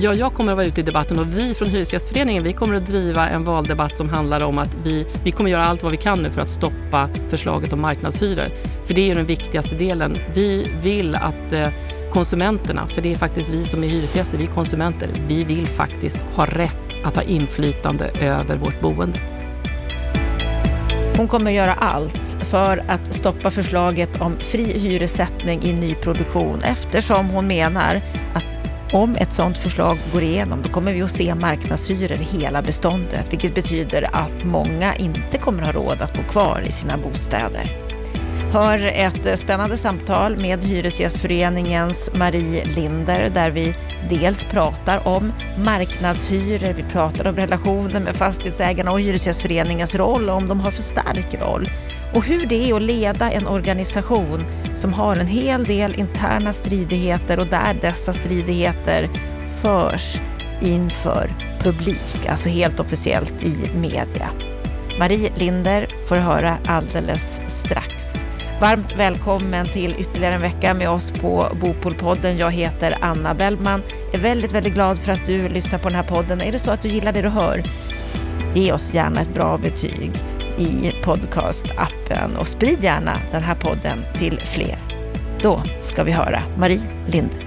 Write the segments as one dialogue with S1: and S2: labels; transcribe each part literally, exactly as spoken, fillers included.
S1: Ja, jag kommer att vara ute i debatten och vi från Hyresgästföreningen, vi kommer att driva en valdebatt som handlar om att vi, vi kommer göra allt vad vi kan nu för att stoppa förslaget om marknadshyror. För det är ju den viktigaste delen. Vi vill att eh, konsumenterna, för det är faktiskt vi som är hyresgäster, vi är konsumenter, vi vill faktiskt ha rätt att ha inflytande över vårt boende.
S2: Hon kommer göra allt för att stoppa förslaget om fri hyressättning i nyproduktion, eftersom hon menar att om ett sådant förslag går igenom, då kommer vi att se marknadshyror i hela beståndet, vilket betyder att många inte kommer ha råd att bo kvar i sina bostäder. Hör ett spännande samtal med Hyresgästföreningens Marie Linder, där vi dels pratar om marknadshyror, vi pratar om relationen med fastighetsägarna och Hyresgästföreningens roll, om de har för stark roll, och hur det är att leda en organisation som har en hel del interna stridigheter och där dessa stridigheter förs inför publik, alltså helt officiellt i media. Marie Linder får höra alldeles strax. Varmt välkommen till ytterligare en vecka med oss på Bopolpodden. Jag heter Anna Bellman. Jag är väldigt, väldigt glad för att du lyssnar på den här podden. Är det så att du gillar det du hör? Ge oss gärna ett bra betyg i podcastappen och sprid gärna den här podden till fler. Då ska vi höra Marie Linder.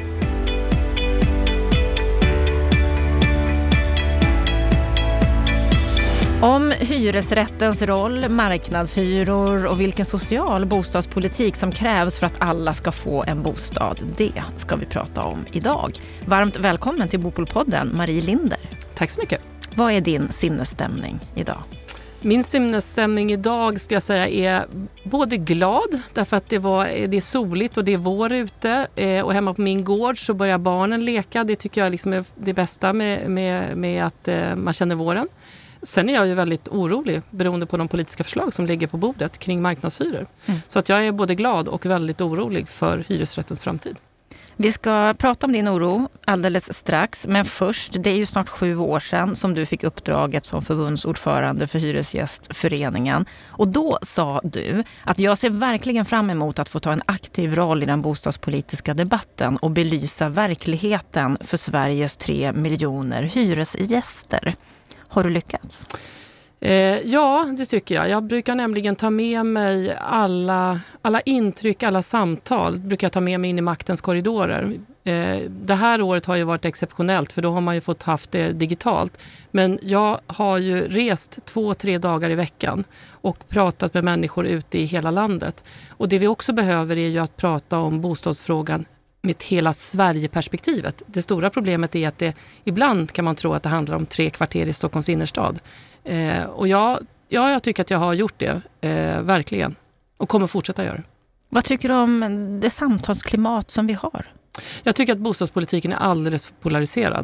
S2: Om hyresrättens roll, marknadshyror och vilken social bostadspolitik som krävs för att alla ska få en bostad, det ska vi prata om idag. Varmt välkommen till Bopolpodden, Marie Linder.
S1: Tack så mycket.
S2: Vad är din sinnesstämning idag?
S1: Min sinnesstämning idag ska jag säga är både glad, därför att det, var, det är soligt och det är vår ute. Eh, och hemma på min gård så börjar barnen leka. Det tycker jag liksom är det bästa med, med, med att eh, man känner våren. Sen är jag ju väldigt orolig beroende på de politiska förslag som ligger på bordet kring marknadshyror. Mm. Så att jag är både glad och väldigt orolig för hyresrättens framtid.
S2: Vi ska prata om din oro alldeles strax, men först, det är ju snart sju år sedan som du fick uppdraget som förbundsordförande för Hyresgästföreningen. Och då sa du att jag ser verkligen fram emot att få ta en aktiv roll i den bostadspolitiska debatten och belysa verkligheten för Sveriges tre miljoner hyresgäster. Har du lyckats?
S1: Eh, ja, det tycker jag. Jag brukar nämligen ta med mig alla, alla intryck, alla samtal. Brukar jag ta med mig in i maktens korridorer. Eh, det här året har ju varit exceptionellt, för då har man ju fått haft det digitalt. Men jag har ju rest två, tre dagar i veckan och pratat med människor ute i hela landet. Och det vi också behöver är ju att prata om bostadsfrågan med hela Sverige-perspektivet. Det stora problemet är att det ibland kan man tro att det handlar om tre kvarter i Stockholms innerstad. Eh, och jag, ja, jag tycker att jag har gjort det, eh, verkligen. Och kommer fortsätta göra.
S2: Vad tycker du om det samtalsklimat som vi har?
S1: Jag tycker att bostadspolitiken är alldeles polariserad.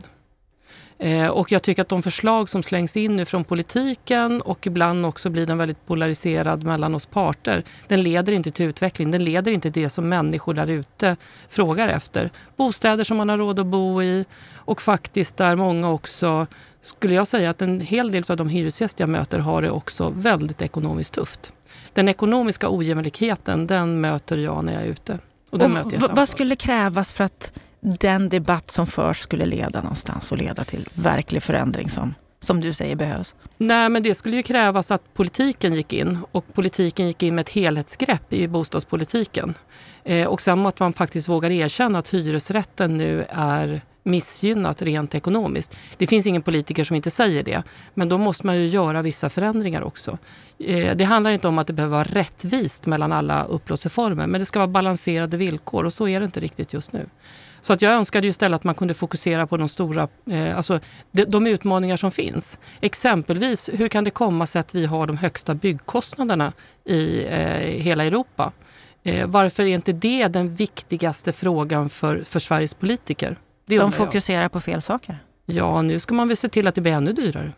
S1: Eh, och jag tycker att de förslag som slängs in nu från politiken, och ibland också blir den väldigt polariserad mellan oss parter, den leder inte till utveckling, den leder inte till det som människor där ute frågar efter. Bostäder som man har råd att bo i, och faktiskt där många också, skulle jag säga att en hel del av de hyresgäster jag möter har det också väldigt ekonomiskt tufft. Den ekonomiska ojämlikheten, den möter jag när jag är ute. Och den
S2: och
S1: möter jag
S2: v- vad skulle krävas för att den debatt som förs skulle leda någonstans och leda till verklig förändring som, som du säger behövs?
S1: Nej, men det skulle ju krävas att politiken gick in, och politiken gick in med ett helhetsgrepp i bostadspolitiken. Eh, och sen att man faktiskt vågar erkänna att hyresrätten nu är missgynnat rent ekonomiskt. Det finns ingen politiker som inte säger det, men då måste man ju göra vissa förändringar också. Eh, det handlar inte om att det behöver vara rättvist mellan alla upplåtelseformer, men det ska vara balanserade villkor, och så är det inte riktigt just nu. Så att jag önskade ju istället att man kunde fokusera på de stora, eh, alltså de, de utmaningar som finns. Exempelvis, hur kan det komma sig att vi har de högsta byggkostnaderna i eh, hela Europa? Eh, varför är inte det den viktigaste frågan för, för Sveriges politiker? Det
S2: de fokuserar jag. på fel saker.
S1: Ja, nu ska man väl se till att det blir ännu dyrare.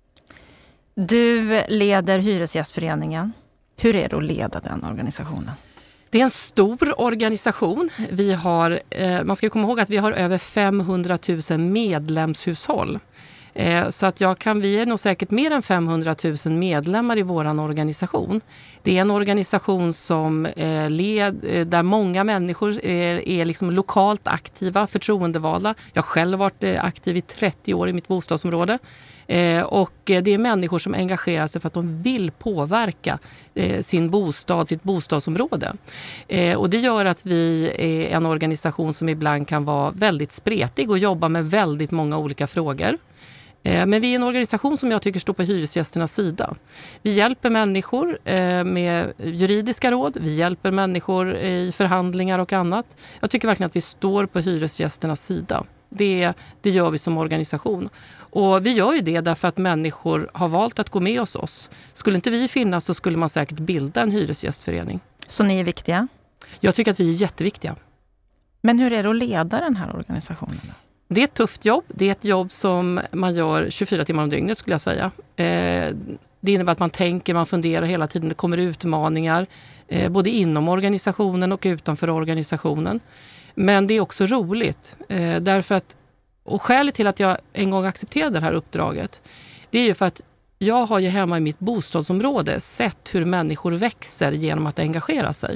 S2: Du leder Hyresgästföreningen. Hur är det att leda den organisationen?
S1: Det är en stor organisation. Vi har, eh, man ska komma ihåg att vi har över femhundratusen medlemshushåll. Eh, så att jag kan, vi är nog säkert mer än femhundratusen medlemmar i våran organisation. Det är en organisation som eh, led, eh, där många människor eh, är liksom lokalt aktiva, förtroendevalda. Jag själv har varit eh, aktiv i trettio år i mitt bostadsområde. Eh, och eh, det är människor som engagerar sig för att de vill påverka eh, sin bostad, sitt bostadsområde. Eh, och det gör att vi är en organisation som ibland kan vara väldigt spretig och jobba med väldigt många olika frågor. Men vi är en organisation som jag tycker står på hyresgästernas sida. Vi hjälper människor med juridiska råd, vi hjälper människor i förhandlingar och annat. Jag tycker verkligen att vi står på hyresgästernas sida. Det, det gör vi som organisation. Och vi gör ju det därför att människor har valt att gå med hos oss. Skulle inte vi finnas så skulle man säkert bilda en hyresgästförening.
S2: Så ni är viktiga? Jag
S1: tycker att vi är jätteviktiga.
S2: Men hur är det att leda den här organisationen?
S1: Det är ett tufft jobb. Det är ett jobb som man gör tjugofyra timmar om dygnet skulle jag säga. Eh, det innebär att man tänker, man funderar hela tiden. Det kommer utmaningar eh, både inom organisationen och utanför organisationen. Men det är också roligt. Eh, därför att, och skälet till att jag en gång accepterade det här uppdraget, det är ju för att jag har ju hemma i mitt bostadsområde sett hur människor växer genom att engagera sig.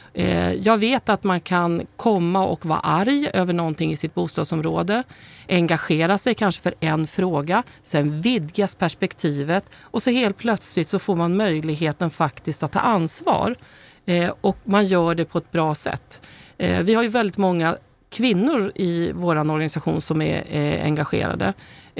S1: Jag vet att man kan komma och vara arg över någonting i sitt bostadsområde, engagera sig kanske för en fråga, sen vidgas perspektivet och så helt plötsligt så får man möjligheten faktiskt att ta ansvar och man gör det på ett bra sätt. Vi har ju väldigt många kvinnor i vår organisation som är engagerade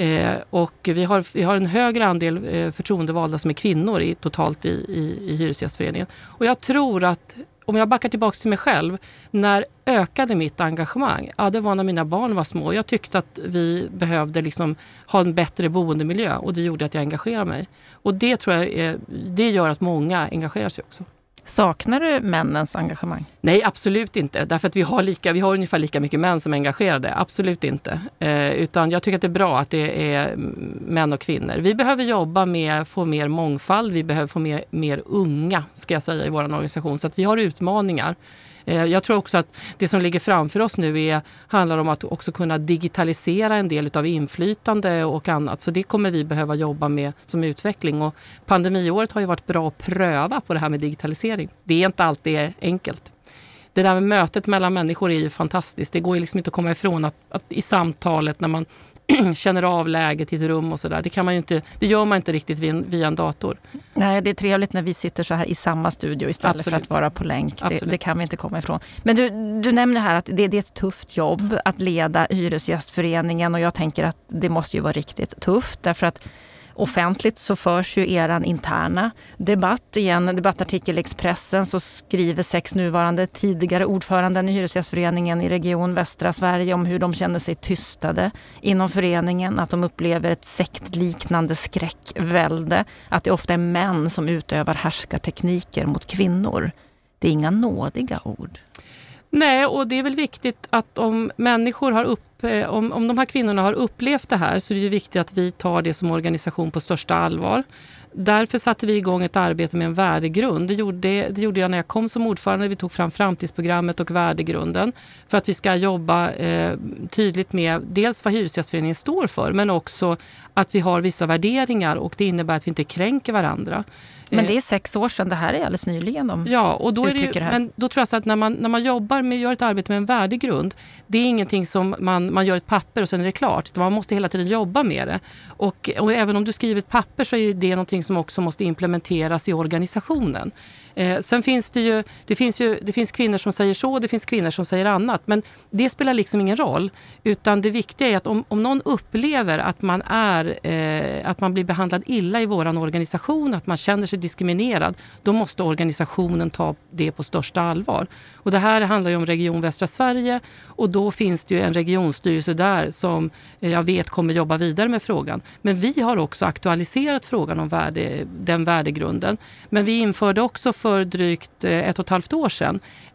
S1: och vi har, vi har en högre andel förtroendevalda som är kvinnor i, totalt i, i, i Hyresgästföreningen. Och jag tror att om jag backar tillbaka till mig själv, när ökade mitt engagemang? Ja, det var när mina barn var små. Jag tyckte att vi behövde liksom ha en bättre boendemiljö och det gjorde att jag engagerade mig. Och det tror jag är, det gör att många engagerar sig också.
S2: Saknar du männens engagemang?
S1: Nej, absolut inte. Därför att vi har, lika, vi har ungefär lika mycket män som är engagerade. Absolut inte. Eh, utan jag tycker att det är bra att det är män och kvinnor. Vi behöver jobba med att få mer mångfald. Vi behöver få mer, mer unga, ska jag säga, i vår organisation. Så att vi har utmaningar. Eh, jag tror också att det som ligger framför oss nu är, handlar om att också kunna digitalisera en del av inflytande och annat. Så det kommer vi behöva jobba med som utveckling. Och pandemiåret har ju varit bra att pröva på det här med digitalisering. Det är inte alltid enkelt. Det där med mötet mellan människor är ju fantastiskt. Det går ju liksom inte att komma ifrån att, att i samtalet när man känner av läget i ett rum och sådär. Det kan man ju inte, det gör man inte riktigt via en, via en dator.
S2: Nej, det är trevligt när vi sitter så här i samma studio istället Absolut. För att vara på länk. Det, det kan vi inte komma ifrån. Men du, du nämner här att det, det är ett tufft jobb att leda Hyresgästföreningen och jag tänker att det måste ju vara riktigt tufft därför att offentligt så förs ju eran interna debatt. I en debattartikel i Expressen så skriver sex nuvarande tidigare ordföranden i Hyresgästföreningen i region Västra Sverige om hur de känner sig tystade inom föreningen, att de upplever ett sektliknande skräckvälde, att det ofta är män som utövar härskartekniker mot kvinnor. Det är inga nådiga ord.
S1: Nej, och det är väl viktigt att om människor har upp, om, om de här kvinnorna har upplevt det här så är det ju viktigt att vi tar det som organisation på största allvar. Därför satte vi igång ett arbete med en värdegrund. Det gjorde, det gjorde jag när jag kom som ordförande. Vi tog fram framtidsprogrammet och värdegrunden för att vi ska jobba eh, tydligt med dels vad Hyresgästföreningen står för men också att vi har vissa värderingar och det innebär att vi inte kränker varandra.
S2: Men det är sex år sedan, det här är alldeles nyligen de
S1: Ja, och då är det, ju,
S2: det här.
S1: Men då tror jag så att när man, när man jobbar med, gör ett arbete med en värdegrund, det är ingenting som man, man gör ett papper och sen är det klart. Man måste hela tiden jobba med det. Och, och även om du skriver ett papper så är det någonting som också måste implementeras i organisationen. Eh, sen finns det ju, det finns ju, det finns kvinnor som säger så, det finns kvinnor som säger annat. Men det spelar liksom ingen roll. Utan det viktiga är att om, om någon upplever att man, är, eh, att man blir behandlad illa i våran organisation, att man känner sig diskriminerad, då måste organisationen ta det på största allvar. Och det här handlar ju om Region Västra Sverige och då finns det ju en regionstyrelse där som jag vet kommer jobba vidare med frågan. Men vi har också aktualiserat frågan om värde, den värdegrunden. Men vi införde också för drygt ett och ett halvt år sedan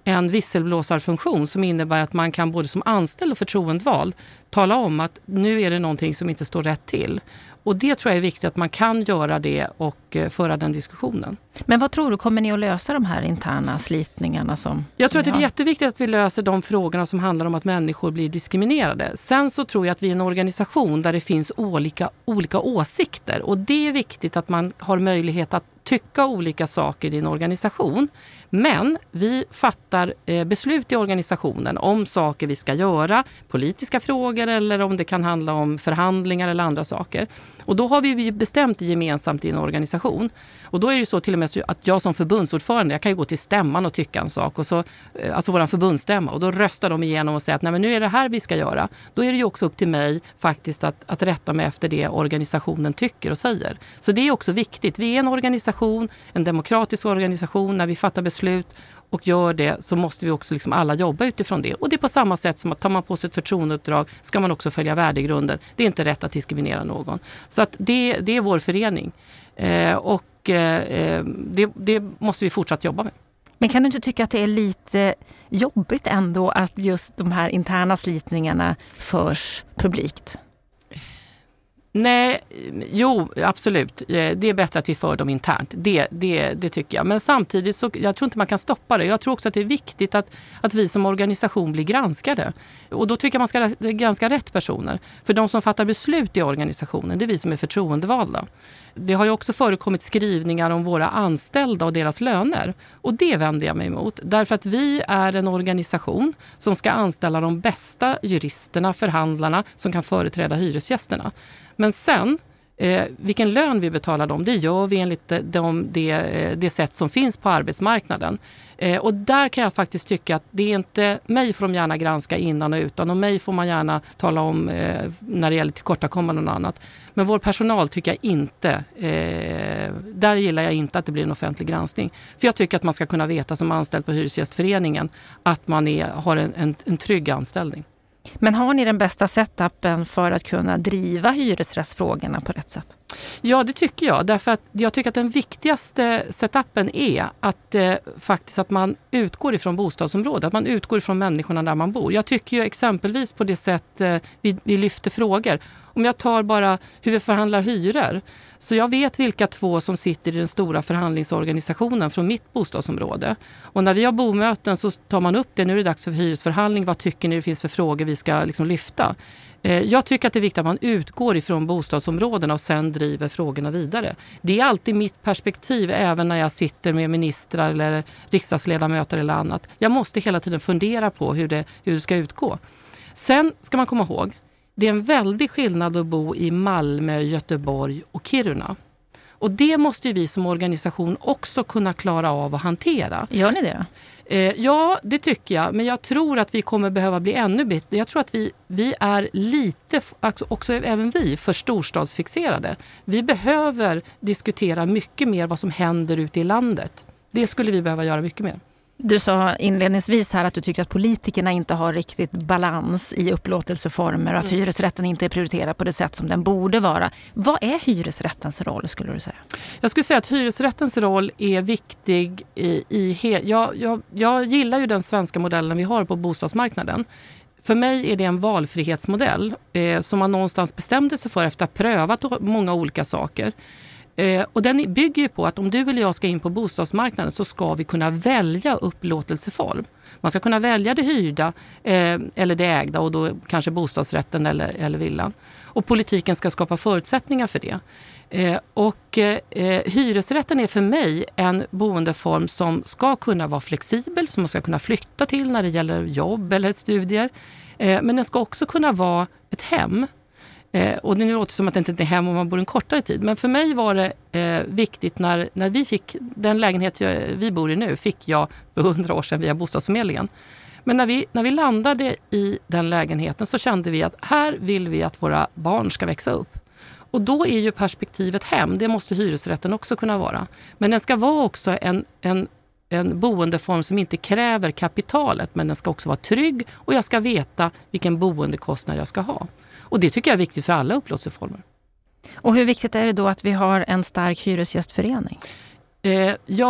S1: en visselblåsarfunktion som innebär att man kan både som anställd och förtroendevald tala om att nu är det någonting som inte står rätt till. Och det tror jag är viktigt att man kan göra det och föra den diskussionen.
S2: Men vad tror du, kommer ni att lösa de här interna slitningarna som...
S1: Jag tror att det är jätteviktigt att vi löser de frågorna som handlar om att människor blir diskriminerade. Sen så tror jag att vi är en organisation där det finns olika, olika åsikter. Och det är viktigt att man har möjlighet att tycka olika saker i en organisation. Men vi fattar eh, beslut i organisationen om saker vi ska göra, politiska frågor eller om det kan handla om förhandlingar eller andra saker. Och då har vi bestämt gemensamt i en organisation. Och då är det ju så till och med att jag som förbundsordförande, jag kan ju gå till stämman och tycka en sak, och så, alltså våran förbundsstämma, och då röstar de igenom och säger att nej, men nu är det här vi ska göra. Då är det ju också upp till mig faktiskt att, att rätta mig efter det organisationen tycker och säger. Så det är också viktigt. Vi är en organisation, en demokratisk organisation. När vi fattar beslut och gör det så måste vi också liksom alla jobba utifrån det. Och det är på samma sätt som att tar man på sig ett förtroendeuppdrag ska man också följa värdegrunder. Det är inte rätt att diskriminera någon. Så att det, det är vår förening. Eh, och eh, det, det måste vi fortsatt jobba med.
S2: Men kan du inte tycka att det är lite jobbigt ändå att just de här interna slitningarna förs publikt?
S1: Nej, jo, absolut. Det är bättre att vi för dem internt. Det, det, det tycker jag. Men samtidigt så jag tror inte man kan stoppa det. Jag tror också att det är viktigt att, att vi som organisation blir granskade. Och då tycker jag man ska granska rätt personer. För de som fattar beslut i organisationen, det är vi som är förtroendevalda. Det har ju också förekommit skrivningar om våra anställda och deras löner. Och det vänder jag mig emot. Därför att vi är en organisation som ska anställa de bästa juristerna, förhandlarna som kan företräda hyresgästerna. Men sen, eh, vilken lön vi betalar dem, det gör vi enligt de, det, det sätt som finns på arbetsmarknaden. Eh, och där kan jag faktiskt tycka att det är inte, mig får de gärna granska innan och utan, och mig får man gärna tala om eh, när det gäller tillkortakommande och annat. Men vår personal tycker jag inte, eh, där gillar jag inte att det blir en offentlig granskning. För jag tycker att man ska kunna veta som anställd på Hyresgästföreningen att man är, har en, en, en trygg anställning.
S2: Men har ni den bästa setupen för att kunna driva hyresrättsfrågorna på rätt sätt?
S1: Ja, det tycker jag. Därför att jag tycker att den viktigaste setupen är att eh, faktiskt att man utgår ifrån bostadsområdet. Att man utgår ifrån människorna där man bor. Jag tycker ju exempelvis på det sätt eh, vi, vi lyfter frågor. Om jag tar bara hur vi förhandlar hyror. Så jag vet vilka två som sitter i den stora förhandlingsorganisationen från mitt bostadsområde. Och när vi har bomöten så tar man upp det. Nu är det dags för hyresförhandling. Vad tycker ni det finns för frågor vi ska liksom lyfta? Jag tycker att det är viktigt att man utgår ifrån bostadsområdena och sen driver frågorna vidare. Det är alltid mitt perspektiv även när jag sitter med ministrar eller riksdagsledamöter eller annat. Jag måste hela tiden fundera på hur det, hur det ska utgå. Sen ska man komma ihåg, det är en väldig skillnad att bo i Malmö, Göteborg och Kiruna. Och det måste ju vi som organisation också kunna klara av att hantera.
S2: Gör ni det då?
S1: Eh, ja, det tycker jag. Men jag tror att vi kommer behöva bli ännu bättre. Jag tror att vi, vi är lite, också även vi, för storstadsfixerade. Vi behöver diskutera mycket mer vad som händer ute i landet. Det skulle vi behöva göra mycket mer.
S2: Du sa inledningsvis här att du tycker att politikerna inte har riktigt balans i upplåtelseformer och att mm. hyresrätten inte är prioriterad på det sätt som den borde vara. Vad är hyresrättens roll, skulle du säga? Jag skulle säga att hyresrättens roll är viktig i, i he- jag, jag, jag gillar ju den svenska modellen vi har på bostadsmarknaden. För mig är det en valfrihetsmodell eh, som man någonstans bestämde sig för efter att ha prövat många olika saker. Eh, och den bygger ju på att om du eller jag ska in på bostadsmarknaden så ska vi kunna välja upplåtelseform. Man ska kunna välja det hyrda eh, eller det ägda, och då kanske bostadsrätten eller, eller villan. Och politiken ska skapa förutsättningar för det. Eh, och eh, hyresrätten är för mig en boendeform som ska kunna vara flexibel, som man ska kunna flytta till när det gäller jobb eller studier. Eh, men den ska också kunna vara ett hem. Eh, och det låter som att det inte är hem om man bor en kortare tid. Men för mig var det eh, viktigt när, när vi fick den lägenhet jag, vi bor i nu, fick jag för hundra år sedan via bostadsförmedlingen. Men när vi, när vi landade i den lägenheten så kände vi att här vill vi att våra barn ska växa upp. Och då är ju perspektivet hem, det måste hyresrätten också kunna vara. Men den ska vara också en, en, en boendeform som inte kräver kapitalet, men den ska också vara trygg och jag ska veta vilken boendekostnad jag ska ha. Och det tycker jag är viktigt för alla upplåtelseformer. Och hur viktigt är det då att vi har en stark hyresgästförening? Eh, ja,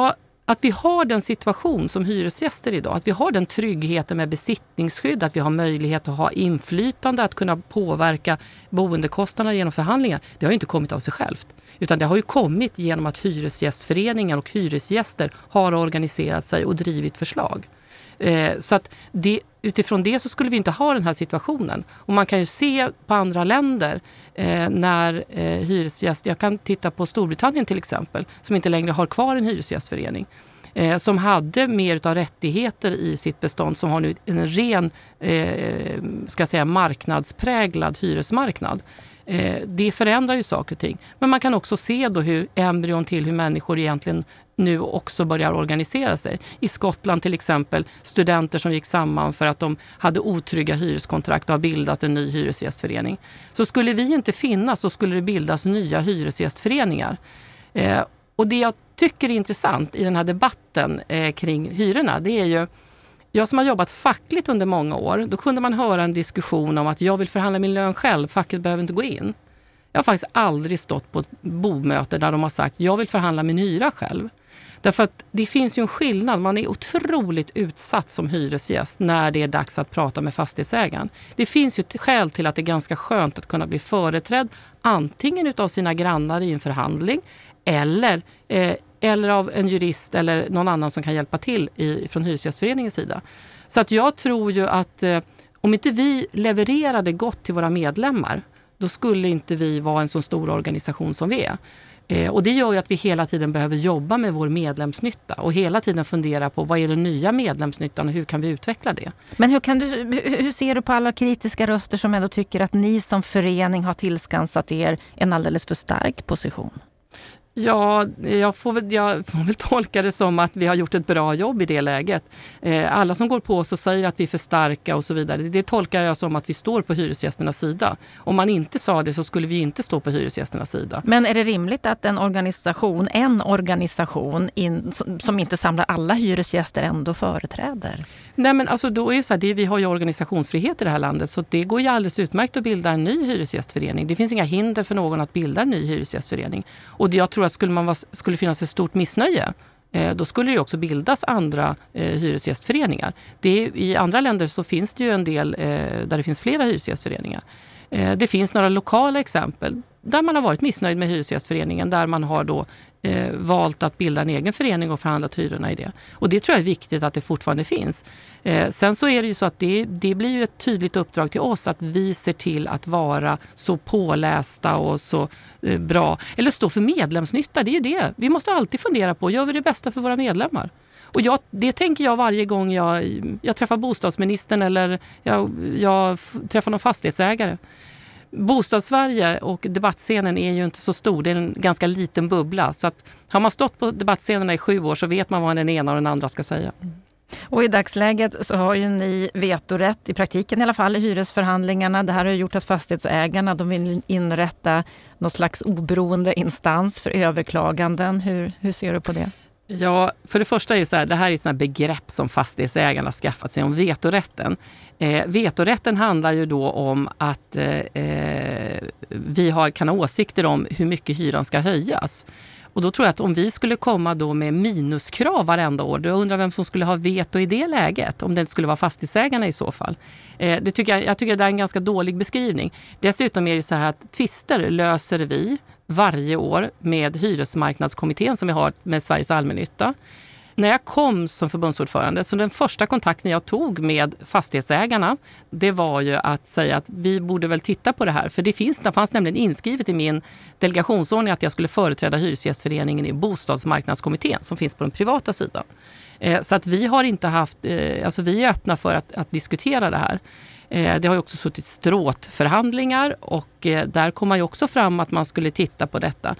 S1: att vi har den situation som hyresgäster idag, att vi har den tryggheten med besittningsskydd, att vi har möjlighet att ha inflytande, att kunna påverka boendekostnaderna genom förhandlingar, det har ju inte kommit av sig självt. Utan det har ju kommit genom att hyresgästföreningar och hyresgäster har organiserat sig och drivit förslag. Eh, så att det, utifrån det så skulle vi inte ha den här situationen. Och man kan ju se på andra länder eh, när eh, hyresgäster, jag kan titta på Storbritannien till exempel, som inte längre har kvar en hyresgästförening. Eh, som hade mer av rättigheter i sitt bestånd, som har nu en ren eh, ska jag säga, marknadspräglad hyresmarknad. Eh, det förändrar ju saker och ting. Men man kan också se då hur embryon till hur människor egentligen nu också börjar organisera sig. I Skottland till exempel, studenter som gick samman för att de hade otrygga hyreskontrakt och har bildat en ny hyresgästförening. Så skulle vi inte finnas så skulle det bildas nya hyresgästföreningar. Eh, och det jag tycker är intressant i den här debatten eh, kring hyrorna, det är ju, jag som har jobbat fackligt under många år, då kunde man höra en diskussion om att jag vill förhandla min lön själv, facket behöver inte gå in. Jag har faktiskt aldrig stått på ett bomöte där de har sagt jag vill förhandla min hyra själv. Därför att det finns ju en skillnad. Man är otroligt utsatt som hyresgäst när det är dags att prata med fastighetsägaren. Det finns ju ett skäl till att det är ganska skönt att kunna bli företrädd antingen utav sina grannar i en förhandling eller, eh, eller av en jurist eller någon annan som kan hjälpa till i, från hyresgästföreningens sida. Så att jag tror ju att eh, om inte vi levererade gott till våra medlemmar, då skulle inte vi vara en så stor organisation som vi är. Eh, och det gör ju att vi hela tiden behöver jobba med vår medlemsnytta och hela tiden fundera på vad är den nya medlemsnyttan och hur kan vi utveckla det.
S2: Men hur, kan du, hur ser du på alla kritiska röster som ändå tycker att ni som förening har tillskansat er en alldeles för stark position?
S1: Ja, jag får, väl, jag får väl tolka det som att vi har gjort ett bra jobb i det läget. Eh, alla som går på oss och säger att vi är för starka och så vidare, det, det tolkar jag som att vi står på hyresgästernas sida. Om man inte sa det så skulle vi inte stå på hyresgästernas sida.
S2: Men är det rimligt att en organisation, en organisation in, som, som inte samlar alla hyresgäster ändå företräder?
S1: Nej, men alltså då är det så här, det, vi har ju organisationsfrihet i det här landet så det går ju alldeles utmärkt att bilda en ny hyresgästförening. Det finns inga hinder för någon att bilda en ny hyresgästförening. Och jag tror att skulle man vara, skulle finnas ett stort missnöje, eh, då skulle det också bildas andra eh, hyresgästföreningar. Det är, i andra länder så finns det ju en del eh, där det finns flera hyresgästföreningar. Eh, det finns några lokala exempel där man har varit missnöjd med hyresgästföreningen, där man har då eh, valt att bilda en egen förening och förhandlat hyrorna i det. Och det tror jag är viktigt att det fortfarande finns. Eh, sen så är det ju så att det, det blir ju ett tydligt uppdrag till oss att vi ser till att vara så pålästa och så eh, bra. Eller stå för medlemsnytta, det är ju det. Vi måste alltid fundera på, gör vi det bästa för våra medlemmar? Och jag, det tänker jag varje gång jag, jag träffar bostadsministern eller jag, jag träffar någon fastighetsägare. Bostadssverige och debattscenen är ju inte så stor, det är en ganska liten bubbla. Så att har man stått på debattscenerna i sju år så vet man vad den ena och den andra ska säga.
S2: Och i dagsläget så har ju ni vetorätt, i praktiken i alla fall, i hyresförhandlingarna. Det här har gjort att fastighetsägarna de vill inrätta någon slags oberoende instans för överklaganden. Hur, hur ser du på det?
S1: Ja, för det första är det så här, det här är ett sådant begrepp som fastighetsägarna skaffat sig om vetorätten. Eh, vetorätten handlar ju då om att eh, vi har, kan ha åsikter om hur mycket hyran ska höjas. Och då tror jag att om vi skulle komma då med minuskrav varenda år, då undrar vem som skulle ha veto i det läget, om det skulle vara fastighetsägarna i så fall. Eh, det tycker jag, jag tycker att det är en ganska dålig beskrivning. Dessutom är det så här att tvister löser vi varje år med hyresmarknadskommittén som vi har med Sveriges allmännytta. När jag kom som förbundsordförande, så den första kontakten jag tog med fastighetsägarna, det var ju att säga att vi borde väl titta på det här. För det, finns, det fanns nämligen inskrivet i min delegationsordning att jag skulle företräda hyresgästföreningen i bostadsmarknadskommittén som finns på den privata sidan. Eh, så att vi har inte haft, eh, alltså vi är öppna för att, att diskutera det här. Det har ju också suttit stråtförhandlingar och där kom man ju också fram att man skulle titta på detta.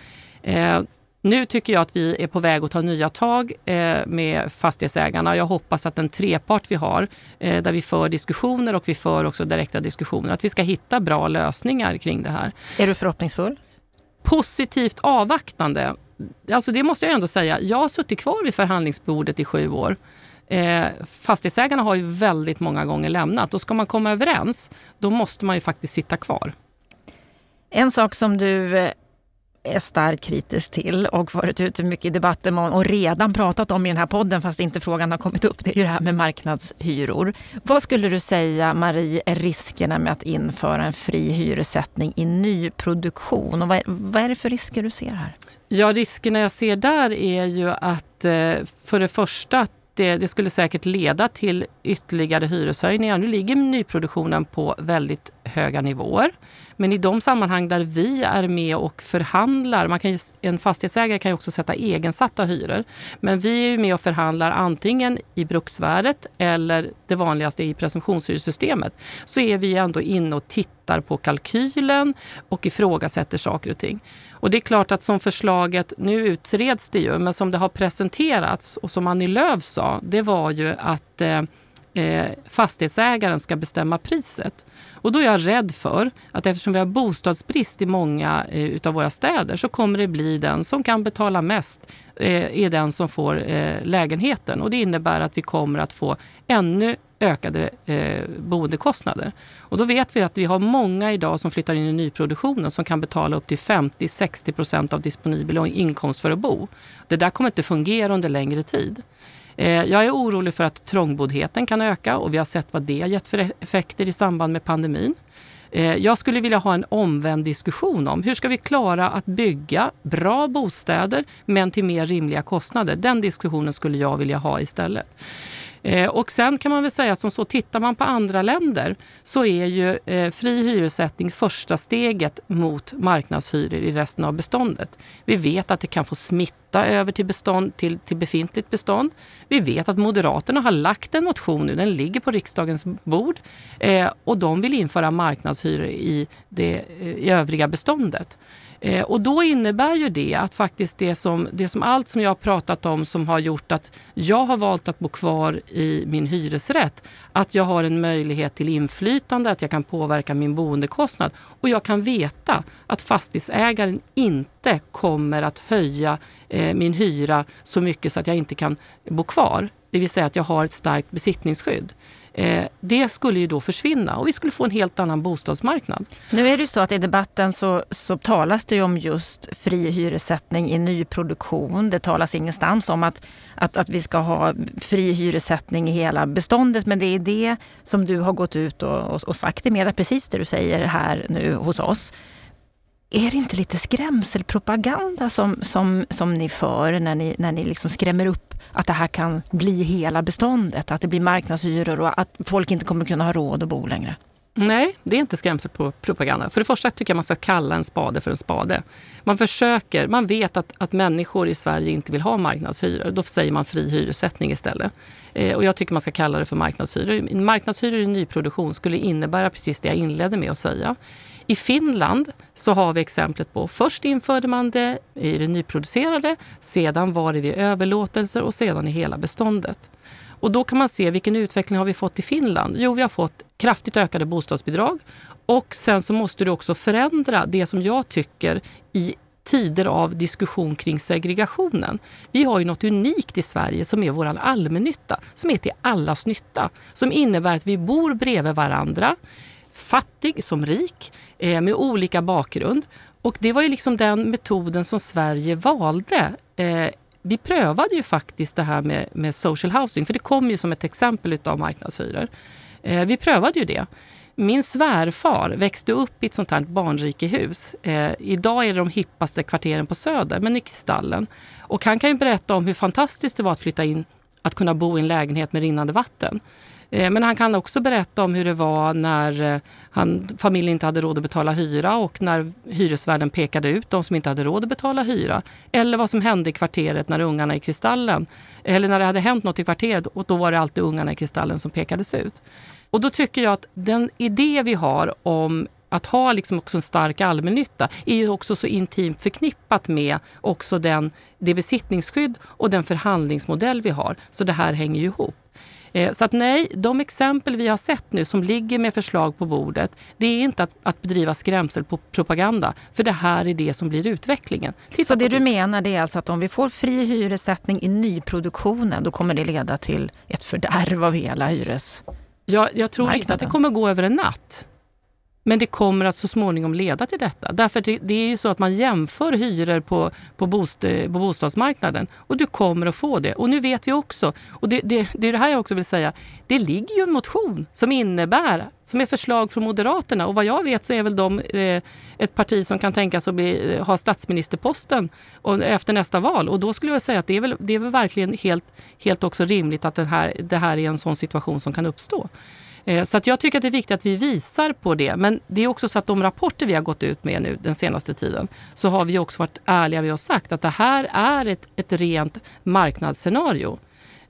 S1: Nu tycker jag att vi är på väg att ta nya tag med fastighetsägarna. Jag hoppas att den trepart vi har, där vi för diskussioner och vi för också direkta diskussioner, att vi ska hitta bra lösningar kring det här.
S2: Är du förhoppningsfull?
S1: Positivt avvaktande. Alltså det måste jag ändå säga. Jag har suttit kvar vid förhandlingsbordet i sju år. Eh, fastighetsägarna har ju väldigt många gånger lämnat och ska man komma överens då måste man ju faktiskt sitta kvar.
S2: En sak som du är starkt kritisk till och varit ute mycket i debatten och redan pratat om i den här podden, fast inte frågan har kommit upp, det är ju det här med marknadshyror. Vad skulle du säga, Marie, är riskerna med att införa en fri hyressättning i nyproduktion? Och vad är, vad är det för risker du ser här?
S1: Ja, riskerna jag ser där är ju att för det första Det, det skulle säkert leda till ytterligare hyreshöjningar. Nu ligger nyproduktionen på väldigt höga nivåer. Men i de sammanhang där vi är med och förhandlar, man kan ju, en fastighetsägare kan ju också sätta egensatta hyror. Men vi är ju med och förhandlar antingen i bruksvärdet eller det vanligaste i presumtionshyressystemet. Så är vi ändå inne och tittar på kalkylen och ifrågasätter saker och ting. Och det är klart att som förslaget, nu utreds det ju, men som det har presenterats och som Annie Lööf sa, det var ju att eh, fastighetsägaren ska bestämma priset. Och då är jag rädd för att eftersom vi har bostadsbrist i många eh, utav våra städer så kommer det bli den som kan betala mest eh, är den som får eh, lägenheten. Och det innebär att vi kommer att få ännu ökade eh, boendekostnader. Och då vet vi att vi har många idag som flyttar in i nyproduktionen som kan betala upp till femtio till sextio procent av disponibel inkomst för att bo. Det där kommer inte fungera under längre tid. Eh, jag är orolig för att trångboddheten kan öka och vi har sett vad det har gett för effekter i samband med pandemin. Eh, jag skulle vilja ha en omvänd diskussion om hur ska vi klara att bygga bra bostäder men till mer rimliga kostnader. Den diskussionen skulle jag vilja ha istället. Eh, och sen kan man väl säga som så, tittar man på andra länder så är ju eh, fri hyressättning första steget mot marknadshyror i resten av beståndet. Vi vet att det kan få smitta över till, bestånd, till, till befintligt bestånd. Vi vet att Moderaterna har lagt en motion nu, den ligger på riksdagens bord eh, och de vill införa marknadshyror i det i övriga beståndet. Eh, och då innebär ju det att faktiskt det som, det som allt som jag har pratat om som har gjort att jag har valt att bo kvar i min hyresrätt, att jag har en möjlighet till inflytande, att jag kan påverka min boendekostnad och jag kan veta att fastighetsägaren inte kommer att höja eh, min hyra så mycket så att jag inte kan bo kvar. Det vill säga att jag har ett starkt besittningsskydd. Eh, det skulle ju då försvinna och vi skulle få en helt annan bostadsmarknad.
S2: Nu är det ju så att i debatten så, så talas det ju om just fri hyressättning i nyproduktion. Det talas ingenstans om att, att, att vi ska ha fri hyressättning i hela beståndet, men det är det som du har gått ut och, och, och sagt i media, precis det du säger här nu hos oss. Är det inte lite skrämselpropaganda som, som, som ni för när ni, när ni liksom skrämmer upp att det här kan bli hela beståndet, att det blir marknadshyror och att folk inte kommer kunna ha råd att bo längre?
S1: Nej, det är inte skrämselpropaganda. För det första tycker jag man ska kalla en spade för en spade. Man försöker, man vet att, att människor i Sverige inte vill ha marknadshyror. Då säger man fri hyressättning istället. Eh, och jag tycker man ska kalla det för marknadshyror. Marknadshyror i nyproduktion skulle innebära precis det jag inledde med att säga. I Finland så har vi exemplet på först införde man det i det nyproducerade, sedan var det vid överlåtelser och sedan i hela beståndet. Och då kan man se vilken utveckling har vi fått i Finland. Jo, vi har fått kraftigt ökade bostadsbidrag och sen så måste du också förändra det som jag tycker i tider av diskussion kring segregationen. Vi har ju något unikt i Sverige som är våran allmännytta, som är till allas nytta, som innebär att vi bor bredvid varandra, fattig som rik, eh, med olika bakgrund. Och det var ju liksom den metoden som Sverige valde. Eh, vi prövade ju faktiskt det här med, med social housing, för det kom ju som ett exempel utav marknadshyror. Eh, vi prövade ju det. Min svärfar växte upp i ett sånt här barnrikehus. Eh, idag är det de hippaste kvarteren på Söder, men i Kristallen. Och han kan ju berätta om hur fantastiskt det var att flytta in, att kunna bo i en lägenhet med rinnande vatten. Men han kan också berätta om hur det var när han, familjen inte hade råd att betala hyra och när hyresvärden pekade ut de som inte hade råd att betala hyra. Eller vad som hände i kvarteret när ungarna i Kristallen, eller när det hade hänt något i kvarteret och då var det alltid ungarna i Kristallen som pekades ut. Och då tycker jag att den idé vi har om att ha liksom också en stark allmännytta är ju också så intimt förknippat med också den, det besittningsskydd och den förhandlingsmodell vi har. Så det här hänger ju ihop. Så att nej, de exempel vi har sett nu som ligger med förslag på bordet, det är inte att, att bedriva skrämsel på propaganda, för det här är det som blir utvecklingen. Titta
S2: så det du menar det är alltså att om vi får fri hyressättning i nyproduktionen, då kommer det leda till ett fördärv av hela hyres?
S1: Ja, jag tror
S2: marknaden.
S1: Inte att det kommer gå över en natt. Men det kommer att så småningom leda till detta. Därför det, det är ju så att man jämför hyror på, på, bost, på bostadsmarknaden. Och du kommer att få det. Och nu vet vi också, och det, det, det är det här jag också vill säga, det ligger ju en motion som innebär, som är förslag från Moderaterna. Och vad jag vet så är väl de eh, ett parti som kan tänkas att bli, ha statsministerposten och, efter nästa val. Och då skulle jag säga att det är väl, det är väl verkligen helt, helt också rimligt att den här, det här är en sån situation som kan uppstå. Så att jag tycker att det är viktigt att vi visar på det. Men det är också så att de rapporter vi har gått ut med nu den senaste tiden, så har vi också varit ärliga med och sagt att det här är ett, ett rent marknadsscenario.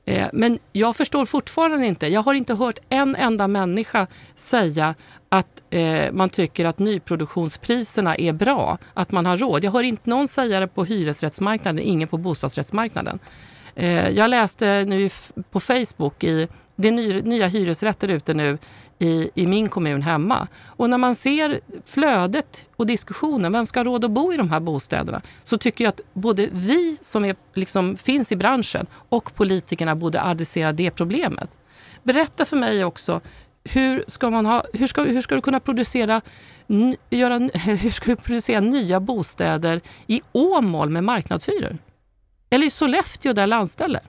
S1: Men jag förstår fortfarande inte, jag har inte hört en enda människa säga att eh, man tycker att nyproduktionspriserna är bra, att man har råd. Jag hör inte någon säga det på hyresrättsmarknaden, ingen på bostadsrättsmarknaden. Eh, jag läste nu på Facebook i det är ny, nya hyresrätter ute nu i, i min kommun hemma. Och när man ser flödet och diskussionen, vem ska ha råd att bo i de här bostäderna, så tycker jag att både vi som är, liksom, finns i branschen och politikerna borde adressera det problemet. Berätta för mig också, hur ska man ha, hur ska, hur ska du kunna producera, göra, hur ska du producera nya bostäder i Åmål med marknadshyror? Eller i Sollefteå där landställe?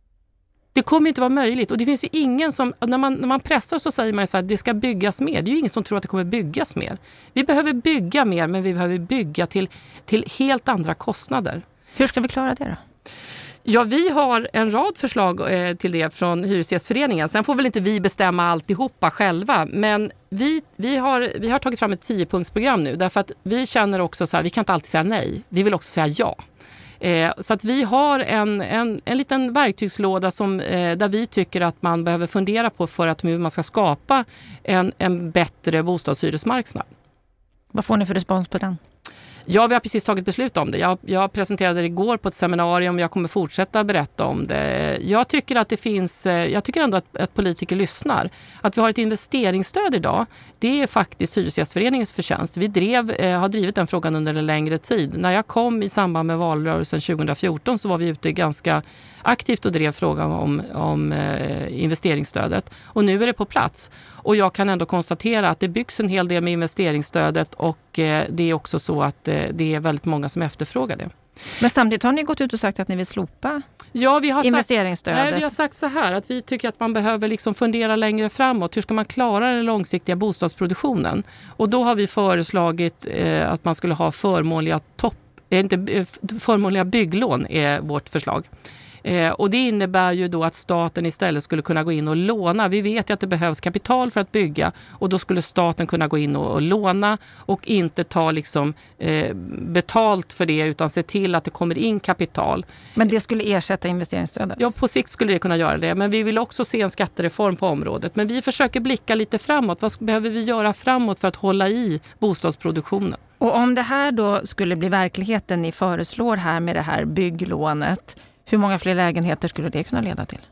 S1: Det kommer inte vara möjligt, och det finns ju ingen som, när man, när man pressar så säger man så här, att det ska byggas mer. Det är ju ingen som tror att det kommer byggas mer. Vi behöver bygga mer, men vi behöver bygga till, till helt andra kostnader.
S2: Hur ska vi klara det då?
S1: Ja, vi har en rad förslag eh, till det från Hyresgästföreningen. Sen får väl inte vi bestämma alltihopa själva, men vi, vi, har, vi har tagit fram ett tiopunktsprogram nu, därför att vi känner också så här, vi kan inte alltid säga nej. Vi vill också säga ja. Eh, så att vi har en, en, en liten verktygslåda som, eh, där vi tycker att man behöver fundera på för att man ska skapa en, en bättre bostadshyresmarknad.
S2: Vad får ni för respons på den?
S1: Ja, vi har precis tagit beslut om det. Jag, jag presenterade det igår på ett seminarium och jag kommer fortsätta berätta om det. Jag tycker att det finns, jag tycker ändå att, att politiker lyssnar. Att vi har ett investeringsstöd idag, det är faktiskt Hyresgästföreningens förtjänst. Vi drev, eh, har drivit den frågan under en längre tid. När jag kom i samband med valrörelsen tjugohundrafjorton så var vi ute ganska aktivt och drev frågan om, om eh, investeringsstödet. Och nu är det på plats. Och jag kan ändå konstatera att det byggs en hel del med investeringsstödet, och eh, det är också så att eh, det är väldigt många som efterfrågar det.
S2: Men samtidigt har ni gått ut och sagt att ni vill slopa
S1: ja, vi har
S2: investeringsstödet.
S1: Sagt, nej, vi har sagt så här att vi tycker att man behöver liksom fundera längre framåt. Hur ska man klara den långsiktiga bostadsproduktionen? Och då har vi föreslagit eh, att man skulle ha förmånliga topp, eh, inte, eh, förmånliga bygglån är vårt förslag. Eh, och det innebär ju då att staten istället skulle kunna gå in och låna. Vi vet ju att det behövs kapital för att bygga, och då skulle staten kunna gå in och, och låna och inte ta liksom, eh, betalt för det, utan se till att det kommer in kapital.
S2: Men det skulle ersätta investeringsstödet?
S1: Ja, på sikt skulle det kunna göra det. Men vi vill också se en skattereform på området. Men vi försöker blicka lite framåt. Vad behöver vi göra framåt för att hålla i bostadsproduktionen?
S2: Och om det här då skulle bli verkligheten ni föreslår här med det här bygglånet, hur många fler lägenheter skulle det kunna leda till?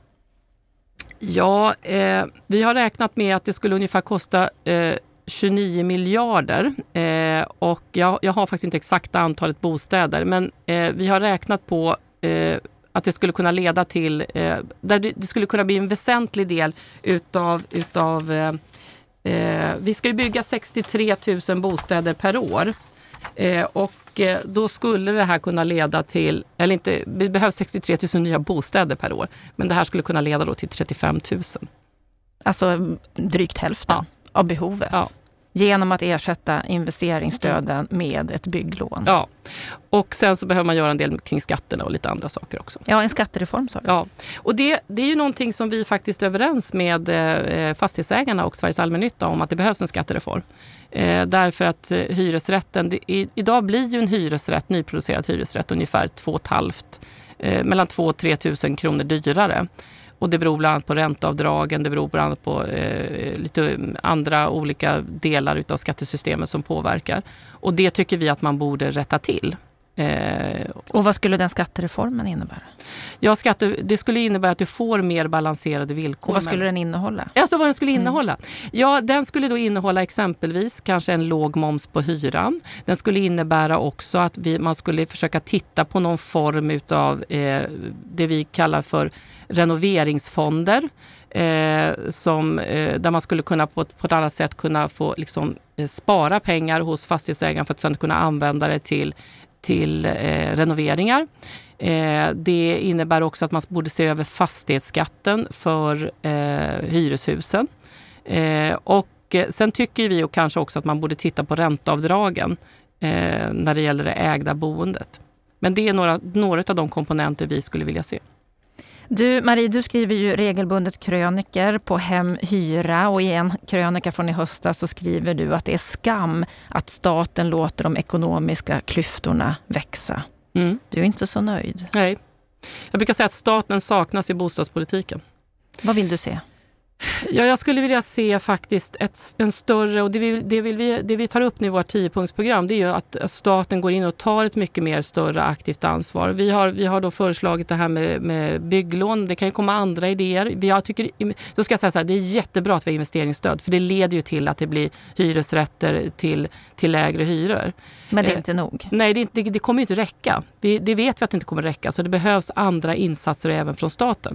S1: Ja, eh, vi har räknat med att det skulle ungefär kosta eh, tjugonio miljarder. Eh, och jag, jag har faktiskt inte exakta antalet bostäder, men eh, vi har räknat på eh, att det skulle kunna leda till, eh, där det, det skulle kunna bli en väsentlig del utav, utav eh, eh, vi ska ju bygga sextiotre tusen bostäder per år. Eh, och eh, då skulle det här kunna leda till, eller inte, det behövs sextiotre tusen nya bostäder per år, men det här skulle kunna leda då till trettiofem tusen.
S2: Alltså drygt hälften ja. av behovet. Ja. Genom att ersätta investeringsstöden mm. med ett bygglån. Ja,
S1: och sen så behöver man göra en del kring skatterna och lite andra saker också.
S2: Ja, en skattereform så.
S1: Ja, och det, det är ju någonting som vi faktiskt är överens med eh, fastighetsägarna och Sveriges allmännytta om, att det behövs en skattereform. Eh, därför att eh, hyresrätten, det, i, idag blir ju en hyresrätt, nyproducerad hyresrätt, ungefär två och ett halvt, eh, mellan två och tre tusen kronor dyrare. Och det beror bland annat på ränteavdragen, det beror bland annat på eh, lite andra olika delar utav skattesystemet som påverkar. Och det tycker vi att man borde rätta till.
S2: Eh, och vad skulle den skattereformen innebära?
S1: Ja, skatte, det skulle innebära att du får mer balanserade villkor.
S2: Och vad skulle den innehålla?
S1: Alltså vad den skulle innehålla? Mm. Ja, den skulle då innehålla exempelvis kanske en låg moms på hyran. Den skulle innebära också att vi, man skulle försöka titta på någon form utav eh, det vi kallar för renoveringsfonder. Eh, som, eh, där man skulle kunna på, på ett annat sätt kunna få liksom, eh, spara pengar hos fastighetsägaren för att sedan kunna använda det till, till eh, renoveringar. Eh, det innebär också att man borde se över fastighetsskatten för eh, hyreshusen. Eh, och sen tycker vi och kanske också att man borde titta på ränteavdragen eh, när det gäller det ägda boendet. Men det är några, några av de komponenter vi skulle vilja se.
S2: Du Marie, du skriver ju regelbundet kröniker på Hemhyra och i en krönika från i höstas så skriver du att det är skam att staten låter de ekonomiska klyftorna växa. Mm. Du är inte så nöjd.
S1: Nej, jag brukar säga att staten saknas i bostadspolitiken.
S2: Vad vill du se?
S1: Ja, jag skulle vilja se faktiskt ett, en större, och det vi, det, vill vi, det vi tar upp nu i vårt tiopunktsprogram, det är ju att staten går in och tar ett mycket mer större aktivt ansvar. Vi har, vi har då föreslagit det här med, med bygglån, det kan ju komma andra idéer. Vi, jag tycker, då ska jag säga så här, det är jättebra att vi har investeringsstöd, för det leder ju till att det blir hyresrätter till, till lägre hyror.
S2: Men det är inte nog?
S1: Nej, det, är inte, det kommer ju inte räcka. Vi, det vet vi att det inte kommer räcka, så det behövs andra insatser även från staten.